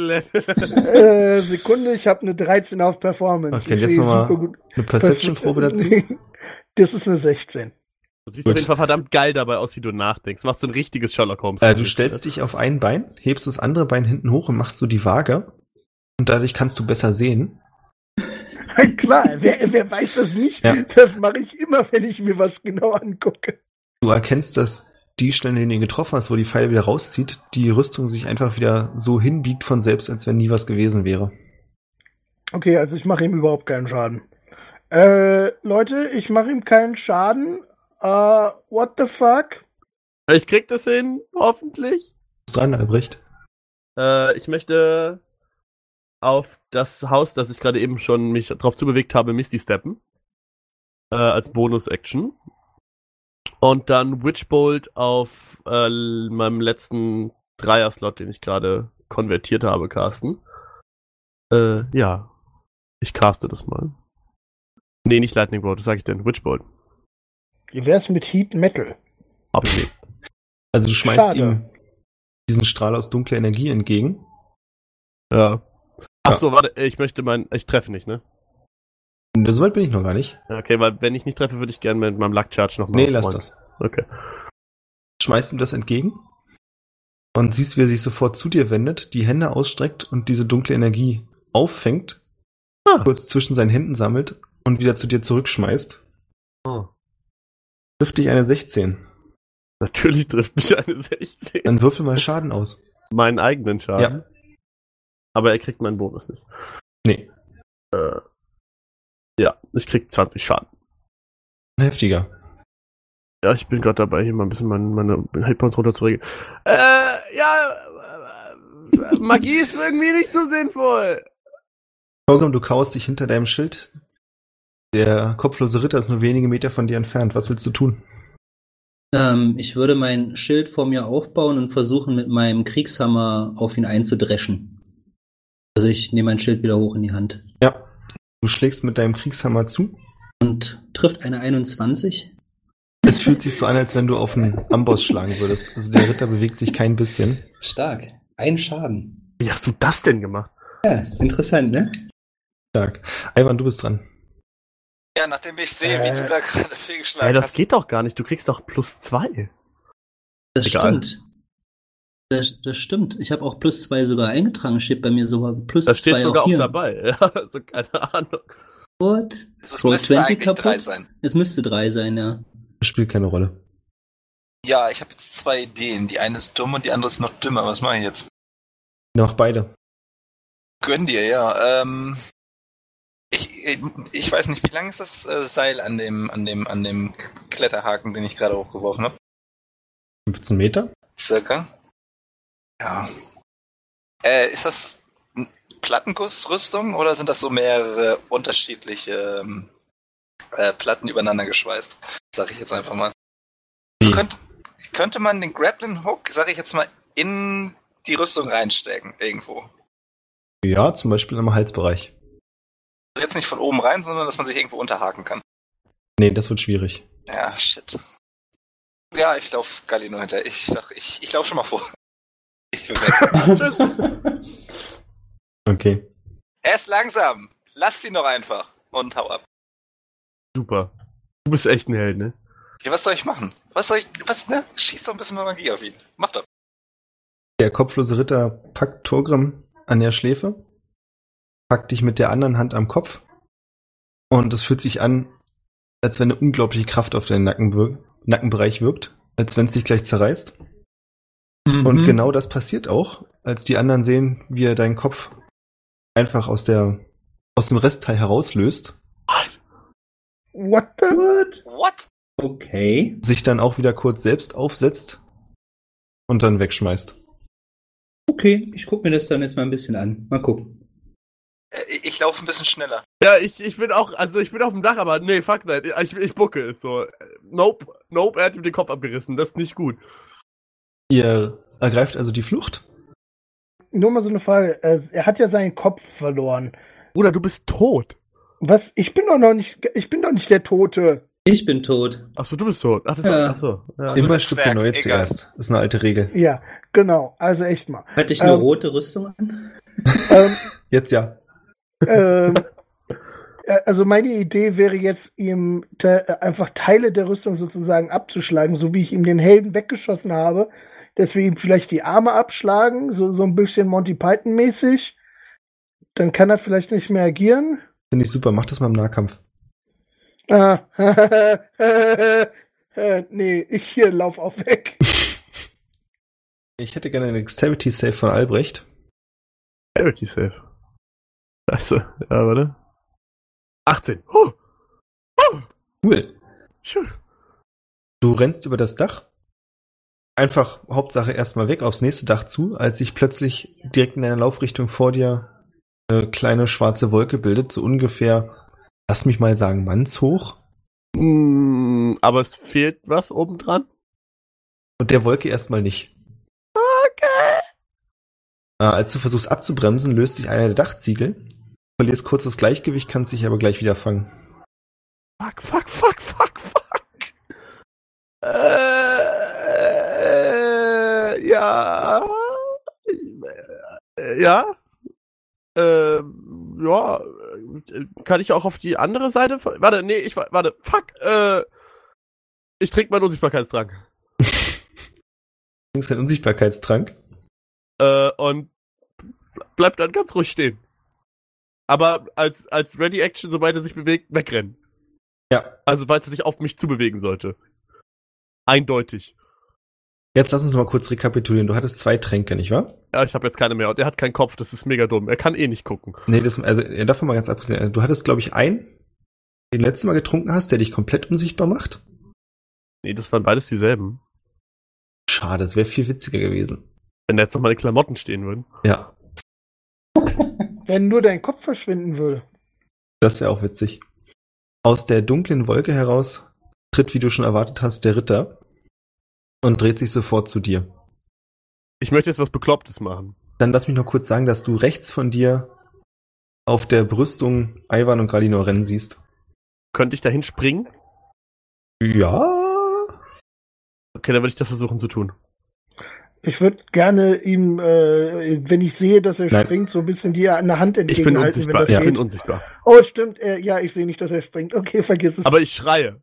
äh, Sekunde, ich habe eine dreizehn auf Performance. Okay, Ich jetzt sehe nochmal super gut. eine Perception-Probe dazu. Das ist eine sechzehn. Du siehst Gut. auf jeden Fall verdammt geil dabei aus, wie du nachdenkst. Du machst so ein richtiges Sherlock Holmes. Äh, du stellst dich auf ein Bein, hebst das andere Bein hinten hoch und machst so die Waage. Und dadurch kannst du besser sehen. Klar, wer, wer weiß das nicht? Ja. Das mache ich immer, wenn ich mir was genau angucke. Du erkennst, dass die Stellen, in denen du ihn getroffen hast, wo die Pfeile wieder rauszieht, die Rüstung sich einfach wieder so hinbiegt von selbst, als wenn nie was gewesen wäre. Okay, also ich mache ihm überhaupt keinen Schaden. Äh, Leute, ich mache ihm keinen Schaden. Uh, what the fuck? Ich krieg das hin, hoffentlich. Was ist dran, Albrecht? Äh, ich möchte auf das Haus, das ich gerade eben schon mich drauf zubewegt habe, Misty steppen. Äh, als Bonus-Action. Und dann Witchbolt auf äh, meinem letzten Dreier-Slot, den ich gerade konvertiert habe, casten. Äh, ja. Ich caste das mal. Nee, nicht Lightning Bolt, was sag ich denn? Witchbolt. Wie wär's mit Heat Metal? Hab ich nicht. Also du schmeißt Schade. ihm diesen Strahl aus dunkler Energie entgegen. Ja. Achso, warte, ich möchte mein. Ich treffe nicht, ne? So weit bin ich noch gar nicht. Okay, weil wenn ich nicht treffe, würde ich gerne mit meinem Luck Charge nochmal. Nee, lass das. Okay. Schmeißt ihm das entgegen und siehst, wie er sich sofort zu dir wendet, die Hände ausstreckt und diese dunkle Energie auffängt, Ah. kurz zwischen seinen Händen sammelt und wieder zu dir zurückschmeißt. Oh. Trifft dich eine sechzehn. Natürlich trifft mich eine sechzehn. Dann würfel mal Schaden aus. Meinen eigenen Schaden. Ja. Aber er kriegt meinen Bonus nicht. Nee, Äh, ja, ich krieg zwanzig Schaden. heftiger. Ja, ich bin gerade dabei, hier mal ein bisschen meine, meine Hitpoints runterzuregeln. Äh, ja, äh, Magie ist irgendwie nicht so sinnvoll. Torgrim, du kauerst dich hinter deinem Schild. Der kopflose Ritter ist nur wenige Meter von dir entfernt. Was willst du tun? Ähm, ich würde mein Schild vor mir aufbauen und versuchen, mit meinem Kriegshammer auf ihn einzudreschen. Also ich nehme mein Schild wieder hoch in die Hand. Ja, du schlägst mit deinem Kriegshammer zu. Und trifft eine einundzwanzig. Es fühlt sich so an, als wenn du auf einen Amboss schlagen würdest. Also der Ritter bewegt sich kein bisschen. Stark. Ein Schaden. Wie hast du das denn gemacht? Ja, interessant, ne? Stark. Ivan, du bist dran. Ja, nachdem ich sehe, wie Äh. du da gerade fehlgeschlagen Ey, das hast. geht doch gar nicht. Du kriegst doch plus zwei. Das Egal. stimmt. Das, das stimmt. Ich habe auch plus zwei sogar eingetragen. Steht bei mir sogar plus Das steht zwei sogar auch auch hier. dabei. Ja, also keine Ahnung. What? Es Roll müsste zwanzig eigentlich drei kaputt? sein. Es müsste drei sein, ja. Das spielt keine Rolle. Ja, ich habe jetzt zwei Ideen. Die eine ist dumm und die andere ist noch dümmer. Was mache ich jetzt? Mach beide. Gönn dir, ja. Ähm, ich, ich, ich weiß nicht, wie lang ist das äh, Seil an dem, an dem, an dem Kletterhaken, den ich gerade hochgeworfen habe? fünfzehn Meter? Circa. Ja. Äh, ist das eine Plattengussrüstung oder sind das so mehrere unterschiedliche ähm, äh, Platten übereinander geschweißt? Sag ich jetzt einfach mal. So könnte, könnte man den Grappling Hook, sag ich jetzt mal, in die Rüstung reinstecken, irgendwo. Ja, zum Beispiel im Halsbereich. Also jetzt nicht von oben rein, sondern dass man sich irgendwo unterhaken kann. Nee, das wird schwierig. Ja, shit. Ja, ich lauf Galino hinter. Ich sag, ich, ich lauf schon mal vor. Ich bin weg. Okay. Er ist langsam. Lass ihn doch einfach. Und hau ab. Super. Du bist echt ein Held, ne? Ja, was soll ich machen? Was soll ich, was, ne? Schieß doch ein bisschen Magie auf ihn. Mach doch. Der kopflose Ritter packt Torgrim an der Schläfe, packt dich mit der anderen Hand am Kopf und es fühlt sich an, als wenn eine unglaubliche Kraft auf deinen Nacken wir- Nackenbereich wirkt, als wenn es dich gleich zerreißt. Und genau das passiert auch, als die anderen sehen, wie er deinen Kopf einfach aus der aus dem Restteil herauslöst, What the? What? What? Okay. sich dann auch wieder kurz selbst aufsetzt und dann wegschmeißt. Okay, ich guck mir das dann jetzt mal ein bisschen an. Mal gucken. Äh, Ich, ich laufe ein bisschen schneller. Ja, ich, ich bin auch, also ich bin auf dem Dach, aber nee, fuck that. Ich, ich bucke es so. Nope, nope, er hat ihm den Kopf abgerissen. Das ist nicht gut. Ihr ergreift also die Flucht. nur mal so eine Frage. Äh, Er hat ja seinen Kopf verloren. Bruder, du bist tot. Was? Ich bin doch noch nicht, ich bin doch nicht der Tote. Ich bin tot. Achso, du bist tot. Ach, das Ja. ist, achso. Ja. Immer- Immer stirbt der Neue Egal. zuerst. Ist eine alte Regel. Ja, genau. Also echt mal. Hatte ich eine Ähm. rote Rüstung an? Ähm, Jetzt ja. ähm, äh, also meine Idee wäre jetzt, ihm te einfach Teile der Rüstung sozusagen abzuschlagen, so wie ich ihm den Helden weggeschossen habe, dass wir ihm vielleicht die Arme abschlagen, so, so ein bisschen Monty Python mäßig. Dann kann er vielleicht nicht mehr agieren. Finde ich super. Mach das mal im Nahkampf. Ah, äh, nee, ich hier lauf auch weg. Ich hätte gerne einen Dexterity Save von Albrecht. Charity Safe. Scheiße. Ja, warte. achtzehn. Oh, Cool. schön. Du rennst über das Dach. Einfach Hauptsache erstmal weg aufs nächste Dach zu, als sich plötzlich direkt in deiner Laufrichtung vor dir eine kleine schwarze Wolke bildet, so ungefähr, lass mich mal sagen, mannshoch. Mm, aber es fehlt was obendran. Und der Wolke erstmal nicht. Okay. Äh, als du versuchst abzubremsen, löst sich einer der Dachziegel. Verlierst kurz das Gleichgewicht, kannst dich aber gleich wieder fangen. Fuck, fuck, fuck, fuck, fuck. Äh, ja. Äh, ja. Ähm, ja. Kann ich auch auf die andere Seite? von- Warte, nee, ich wa- warte. Fuck. Äh, ich trinke meinen Unsichtbarkeitstrank. Trinkst einen Unsichtbarkeitstrank. Äh, und bleib dann ganz ruhig stehen. Aber als, als Ready Action, sobald er sich bewegt, wegrennen. Ja. Also, falls er sich auf mich zubewegen sollte. Eindeutig. Jetzt lass uns noch mal kurz rekapitulieren. Du hattest zwei Tränke, nicht wahr? Ja, ich habe jetzt keine mehr. Und er hat keinen Kopf, das ist mega dumm. Er kann eh nicht gucken. Nee, das, also, ja, davon mal ganz abgesehen. Du hattest, glaube ich, einen, den du letztes Mal getrunken hast, der dich komplett unsichtbar macht. Nee, das waren beides dieselben. Schade, das wäre viel witziger gewesen. Wenn da jetzt noch meine Klamotten stehen würden. Ja, Wenn nur dein Kopf verschwinden würde. das wäre auch witzig. Aus der dunklen Wolke heraus tritt, wie du schon erwartet hast, der Ritter und dreht sich sofort zu dir. Ich möchte jetzt was Beklopptes machen. Dann lass mich noch kurz sagen, dass du rechts von dir auf der Brüstung Ivan und Galinor rennen siehst. Könnte ich dahin springen? Ja. Okay, dann würde ich das versuchen zu tun. Ich würde gerne ihm, äh, wenn ich sehe, dass er Nein. springt, so ein bisschen die an der Hand Ich bin entgegenhalten, unsichtbar. wenn Ich das bin geht. unsichtbar. Oh, stimmt. Äh, ja, ich sehe nicht, dass er springt. Okay, vergiss es. Aber ich schreie.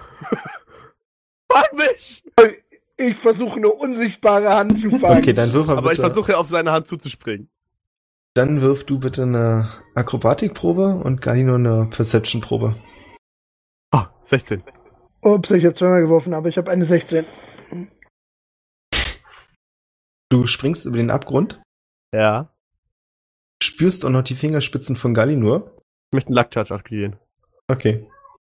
Fang mich! ich versuche eine unsichtbare Hand zu fangen. Okay, dann wirf mal Aber ich bitte. versuche auf seine Hand zuzuspringen. Dann wirf du bitte eine Akrobatikprobe und Galinor eine Perception-Probe. Ah, sechzehn. Ups, ich habe zweimal geworfen, aber ich habe eine sechzehn. Du springst über den Abgrund, Ja. spürst auch noch die Fingerspitzen von Galinor. Ich möchte einen Luck Charge aktivieren. Okay.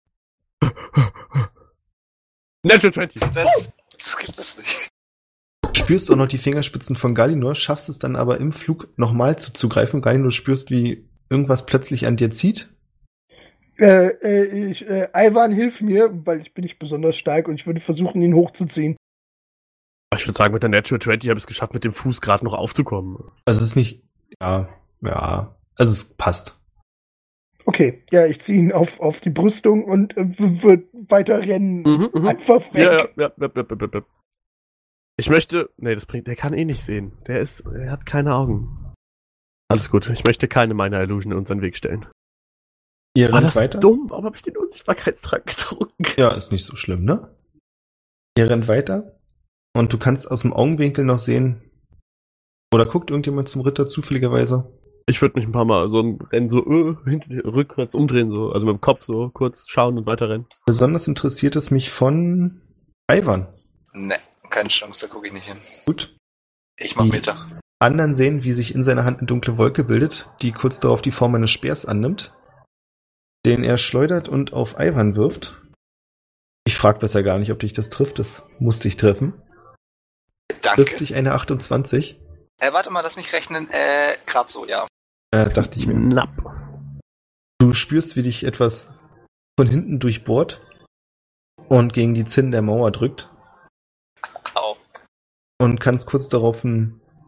Natural zwanzig. Das, das gibt es nicht. Spürst auch noch die Fingerspitzen von Galinor, schaffst es dann aber im Flug nochmal zuzugreifen. Galinor spürst, wie irgendwas plötzlich an dir zieht. Äh, äh, ich, äh, Ivan, hilf mir, weil ich bin nicht besonders stark und ich würde versuchen, ihn hochzuziehen. Ich würde sagen, mit der Natural zwanzig habe ich es geschafft, mit dem Fuß gerade noch aufzukommen. Also es ist nicht, ja, ja, also es passt. Okay, ja, ich ziehe ihn auf, auf die Brüstung und äh, wird weiter rennen. Mhm, mhm. Einfach weg. Ja, ja, ja, ja, ja, ja, ja. Ich möchte, nee, das bringt, der kann eh nicht sehen. Der ist, er hat keine Augen. Alles gut, ich möchte keine meiner Illusion in unseren Weg stellen. Ihr Ah, rennt das weiter. ist dumm, warum habe ich den Unsichtbarkeitstrank getrunken? Ja, ist nicht so schlimm, ne? Ihr rennt weiter und du kannst aus dem Augenwinkel noch sehen, oder guckt irgendjemand zum Ritter zufälligerweise? Ich würde mich ein paar Mal so ein Rennen so äh, hinten, rückwärts umdrehen, so, also mit dem Kopf so kurz schauen und weiter rennen. Besonders interessiert es mich von Ivan. Ne, keine Chance, da gucke ich nicht hin. Gut. Ich mach Die Mittag. Anderen sehen, wie sich in seiner Hand eine dunkle Wolke bildet, die kurz darauf die Form eines Speers annimmt, den er schleudert und auf Ivan wirft. Ich frag besser gar nicht, ob dich das trifft, das muss dich treffen. Danke. Trifft dich eine achtundzwanzig? Äh, warte mal, lass mich rechnen. Äh, grad so, ja. Äh, dachte ich mir. Knapp. Du spürst, wie dich etwas von hinten durchbohrt und gegen die Zinnen der Mauer drückt Au. und kannst kurz darauf einen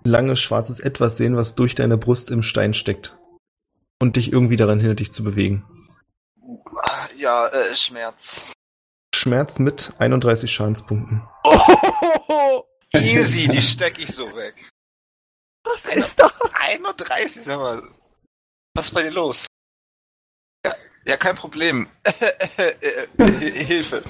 langes schwarzes Etwas sehen, was durch deine Brust im Stein steckt. Und dich irgendwie daran hindert, dich zu bewegen. Ja, äh, Schmerz. Schmerz mit einunddreißig Schadenspunkten. Oh, easy, die stecke ich so weg. Was ist das? einunddreißig, sag mal. Was ist bei dir los? Ja, ja kein Problem. Hilfe.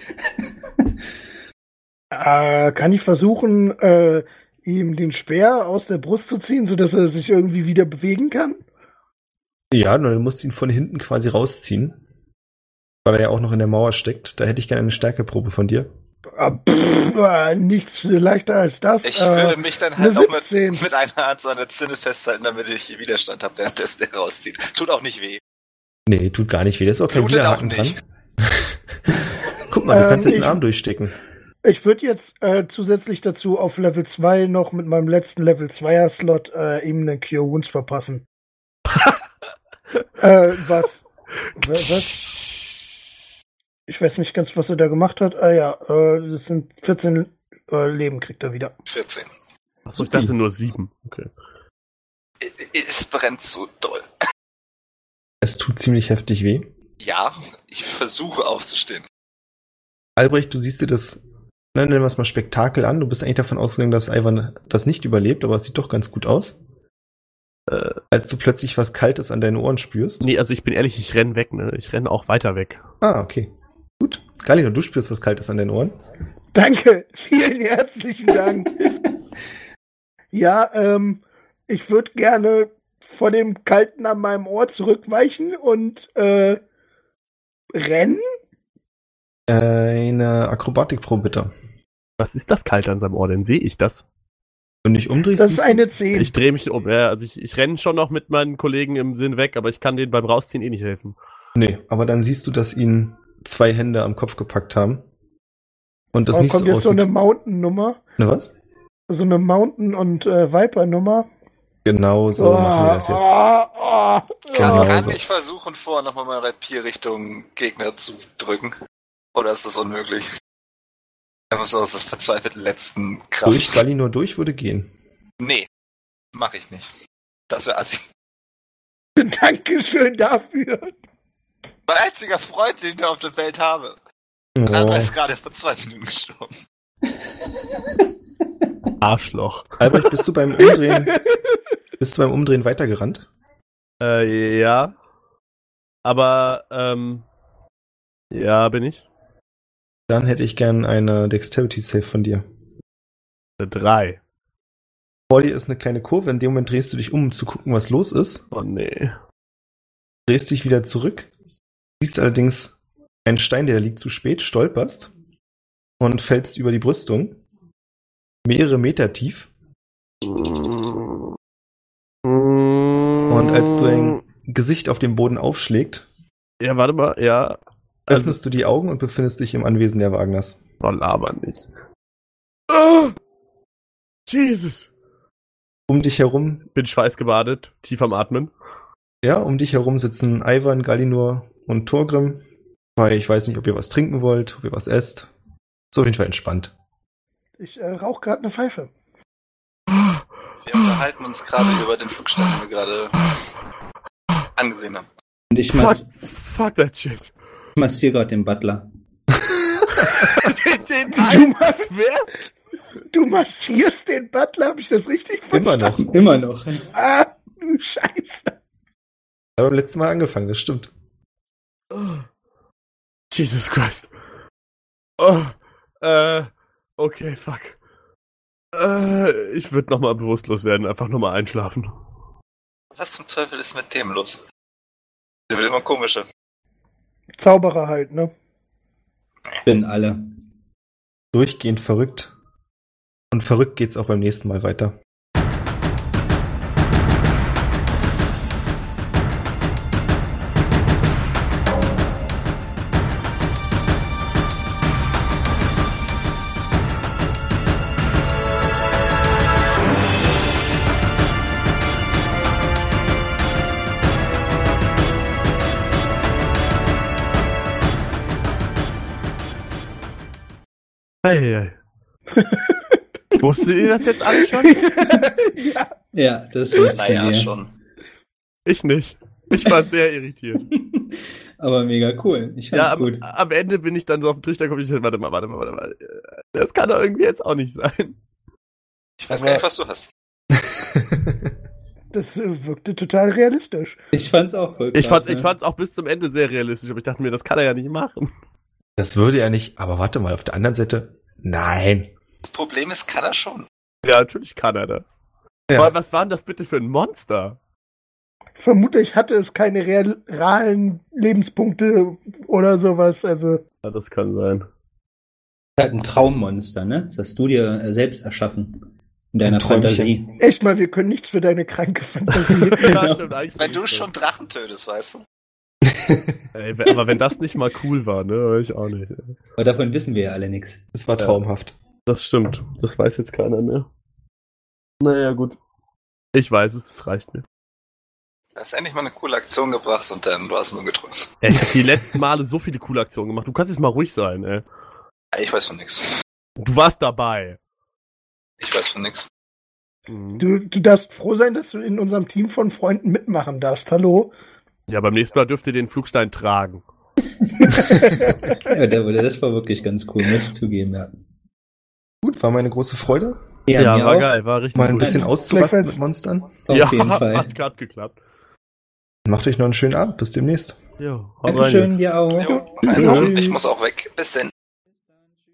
Äh, kann ich versuchen, äh, ihm den Speer aus der Brust zu ziehen, sodass er sich irgendwie wieder bewegen kann? Ja, nur du musst ihn von hinten quasi rausziehen. Weil er ja auch noch in der Mauer steckt. Da hätte ich gerne eine Stärkeprobe von dir. Äh, pff, äh, nichts leichter als das. Ich äh, würde mich dann halt auch mit, siebzehn. mit einer Hand so an der Zinne festhalten, damit ich Widerstand habe, währenddessen er rauszieht. Tut auch nicht weh. Nee, tut gar nicht weh. Da ist auch kein Blutet Widerhaken auch dran. nicht. Guck mal, du Ähm, kannst jetzt den ich- Arm durchstecken. Ich würde jetzt äh, zusätzlich dazu auf Level zwei noch mit meinem letzten Level zweier Slot äh, ihm einen Cure Wounds verpassen. äh, was? Wa- Was? Ich weiß nicht ganz, was er da gemacht hat. Ah ja, äh, das sind vierzehn äh, Leben kriegt er wieder. vierzehn. Achso, ich dachte nur sieben. Okay. Es brennt so doll. Es tut ziemlich heftig weh. Ja, ich versuche aufzustehen. Albrecht, du siehst dir das, nennen wir es mal Spektakel an. Du bist eigentlich davon ausgegangen, dass Ivan das nicht überlebt, aber es sieht doch ganz gut aus. Äh, Als du plötzlich was Kaltes an deinen Ohren spürst. nee, also ich bin ehrlich, ich renn weg, ne? Ich renn auch weiter weg. Ah, okay. Gut. Galino, du spürst was Kaltes an deinen Ohren. Danke, vielen herzlichen Dank. Ja, ähm, ich würde gerne vor dem Kalten an meinem Ohr zurückweichen und äh, rennen. Eine Akrobatikprobe bitte. Was ist das Kalte an seinem Ohr? Denn sehe ich das? Wenn du dich umdrehst, Das ist siehst eine zehn. Ich drehe mich um. Ja, also ich, ich renne schon noch mit meinen Kollegen im Sinn weg, aber ich kann denen beim Rausziehen eh nicht helfen. du, nee, aber dann siehst du, dass ihn zwei Hände am Kopf gepackt haben. Und das Oh, nicht kommt so jetzt so aussieht. eine Mountain-Nummer. Ne, was? So eine Mountain- und äh, Viper-Nummer. Genau so machen wir das jetzt. Oh, oh, Genau Kann so. ich versuchen, vorher nochmal mein Rapier Richtung Gegner zu drücken? Oder ist das unmöglich? Einfach so aus der verzweifelten letzten Kraft. Durch Galino durch würde gehen. Nee, mach ich nicht. Das wäre assi. Dankeschön dafür. Mein einziger Freund, den ich auf der Welt habe. Oh. Aber ist gerade vor zwei Minuten gestorben. Arschloch. Albrecht, bist du beim Umdrehen, bist du beim Umdrehen weitergerannt? Äh, ja. Aber, ähm, ja, bin ich. Dann hätte ich gern eine Dexterity Save von dir. Eine drei. Vor dir ist eine kleine Kurve, in dem Moment drehst du dich um, um zu gucken, was los ist. Oh nee. Drehst dich wieder zurück, siehst allerdings einen Stein, der da liegt, zu spät, stolperst und fällst über die Brüstung. Mehrere Meter tief. Und als du dein Gesicht auf dem Boden aufschlägt, Ja, warte mal, ja. Also, öffnest du die Augen und befindest dich im Anwesen der Wagners. oh, laber nicht. Oh, Jesus. Um dich herum, Bin schweißgebadet, tief am Atmen. ja, um dich herum sitzen Ivan, Galinor und Torgrim. Weil ich weiß nicht, ob ihr was trinken wollt, ob ihr was esst. Ist auf jeden Fall entspannt. Ich äh, rauche gerade eine Pfeife. Wir unterhalten uns gerade über den Flugstand, den wir gerade angesehen haben. Und ich Fuck, mas fuck that shit. massiere gerade den Butler. den, den, Du, mas wer? du massierst den Butler, habe ich das richtig Immer verstanden? noch. Immer noch. Ah, du Scheiße. Aber beim letzten Mal angefangen, das stimmt. Oh. Jesus Christ. Oh, äh, okay, fuck. Äh, ich würde nochmal bewusstlos werden, einfach nochmal einschlafen. Was zum Teufel ist mit dem los? Der wird immer komischer. Zauberer halt, ne? Bin alle. Durchgehend verrückt. Und verrückt geht's auch beim nächsten Mal weiter. Hey, hey. Wusstet ihr das jetzt alle schon? Ja. Ja, das wussten Naja, wir. schon. Ich nicht. Ich war sehr irritiert. Aber mega cool. Ich fand's Ja, am, gut. am Ende bin ich dann so auf den Trichter gekommen, ich dachte, warte mal, warte mal, warte mal. Das kann doch irgendwie jetzt auch nicht sein. Ich weiß Aber- gar nicht, was du hast. Das äh, wirkte total realistisch. Ich fand's auch voll Ich krass. fand ich fand's auch bis zum Ende sehr realistisch, aber ich dachte mir, das kann er ja nicht machen. Das würde er nicht, aber warte mal, auf der anderen Seite, nein. Das Problem ist, kann er schon. Ja, natürlich kann er das. Ja. Aber was war denn das bitte für ein Monster? Vermutlich hatte es keine real, realen Lebenspunkte oder sowas. Also, Ja, das kann sein. Das ist halt ein Traummonster, ne? Das hast du dir äh, selbst erschaffen. In deiner Ein Träumchen. Fantasie. echt mal, wir können nichts für deine kranke Fantasie. Ja, stimmt, eigentlich Wenn du nicht. schon Drachen tötest, weißt du? Ey, aber wenn das nicht mal cool war, ne, ich auch nicht. ey. Aber davon wissen wir ja alle nichts. Es war traumhaft. Das stimmt. Das weiß jetzt keiner mehr. Naja, gut. Ich weiß es, es reicht mir. Du hast endlich mal eine coole Aktion gebracht und dann du hast nur gedrückt. Ey, ich hab die letzten Male so viele coole Aktionen gemacht. Du kannst jetzt mal ruhig sein, ey. Ja, ich weiß von nix. Du warst dabei. Ich weiß von nix. Mhm. Du, du darfst froh sein, dass du in unserem Team von Freunden mitmachen darfst. Hallo? Ja, beim nächsten Mal dürft ihr den Flugstein tragen. Ja, der, das war wirklich ganz cool, muss ich zugeben, ja. Gut, war meine große Freude, Ja, mir war auch. geil, war richtig mal ein gut. bisschen auszurasten mit Monstern. Auf ja, jeden Fall. hat grad geklappt. Macht euch noch einen schönen Abend, bis demnächst. Ja, haut rein Dankeschön, jetzt. dir auch. Jo, einfach. Tschüss. Ich muss auch weg. Bis denn.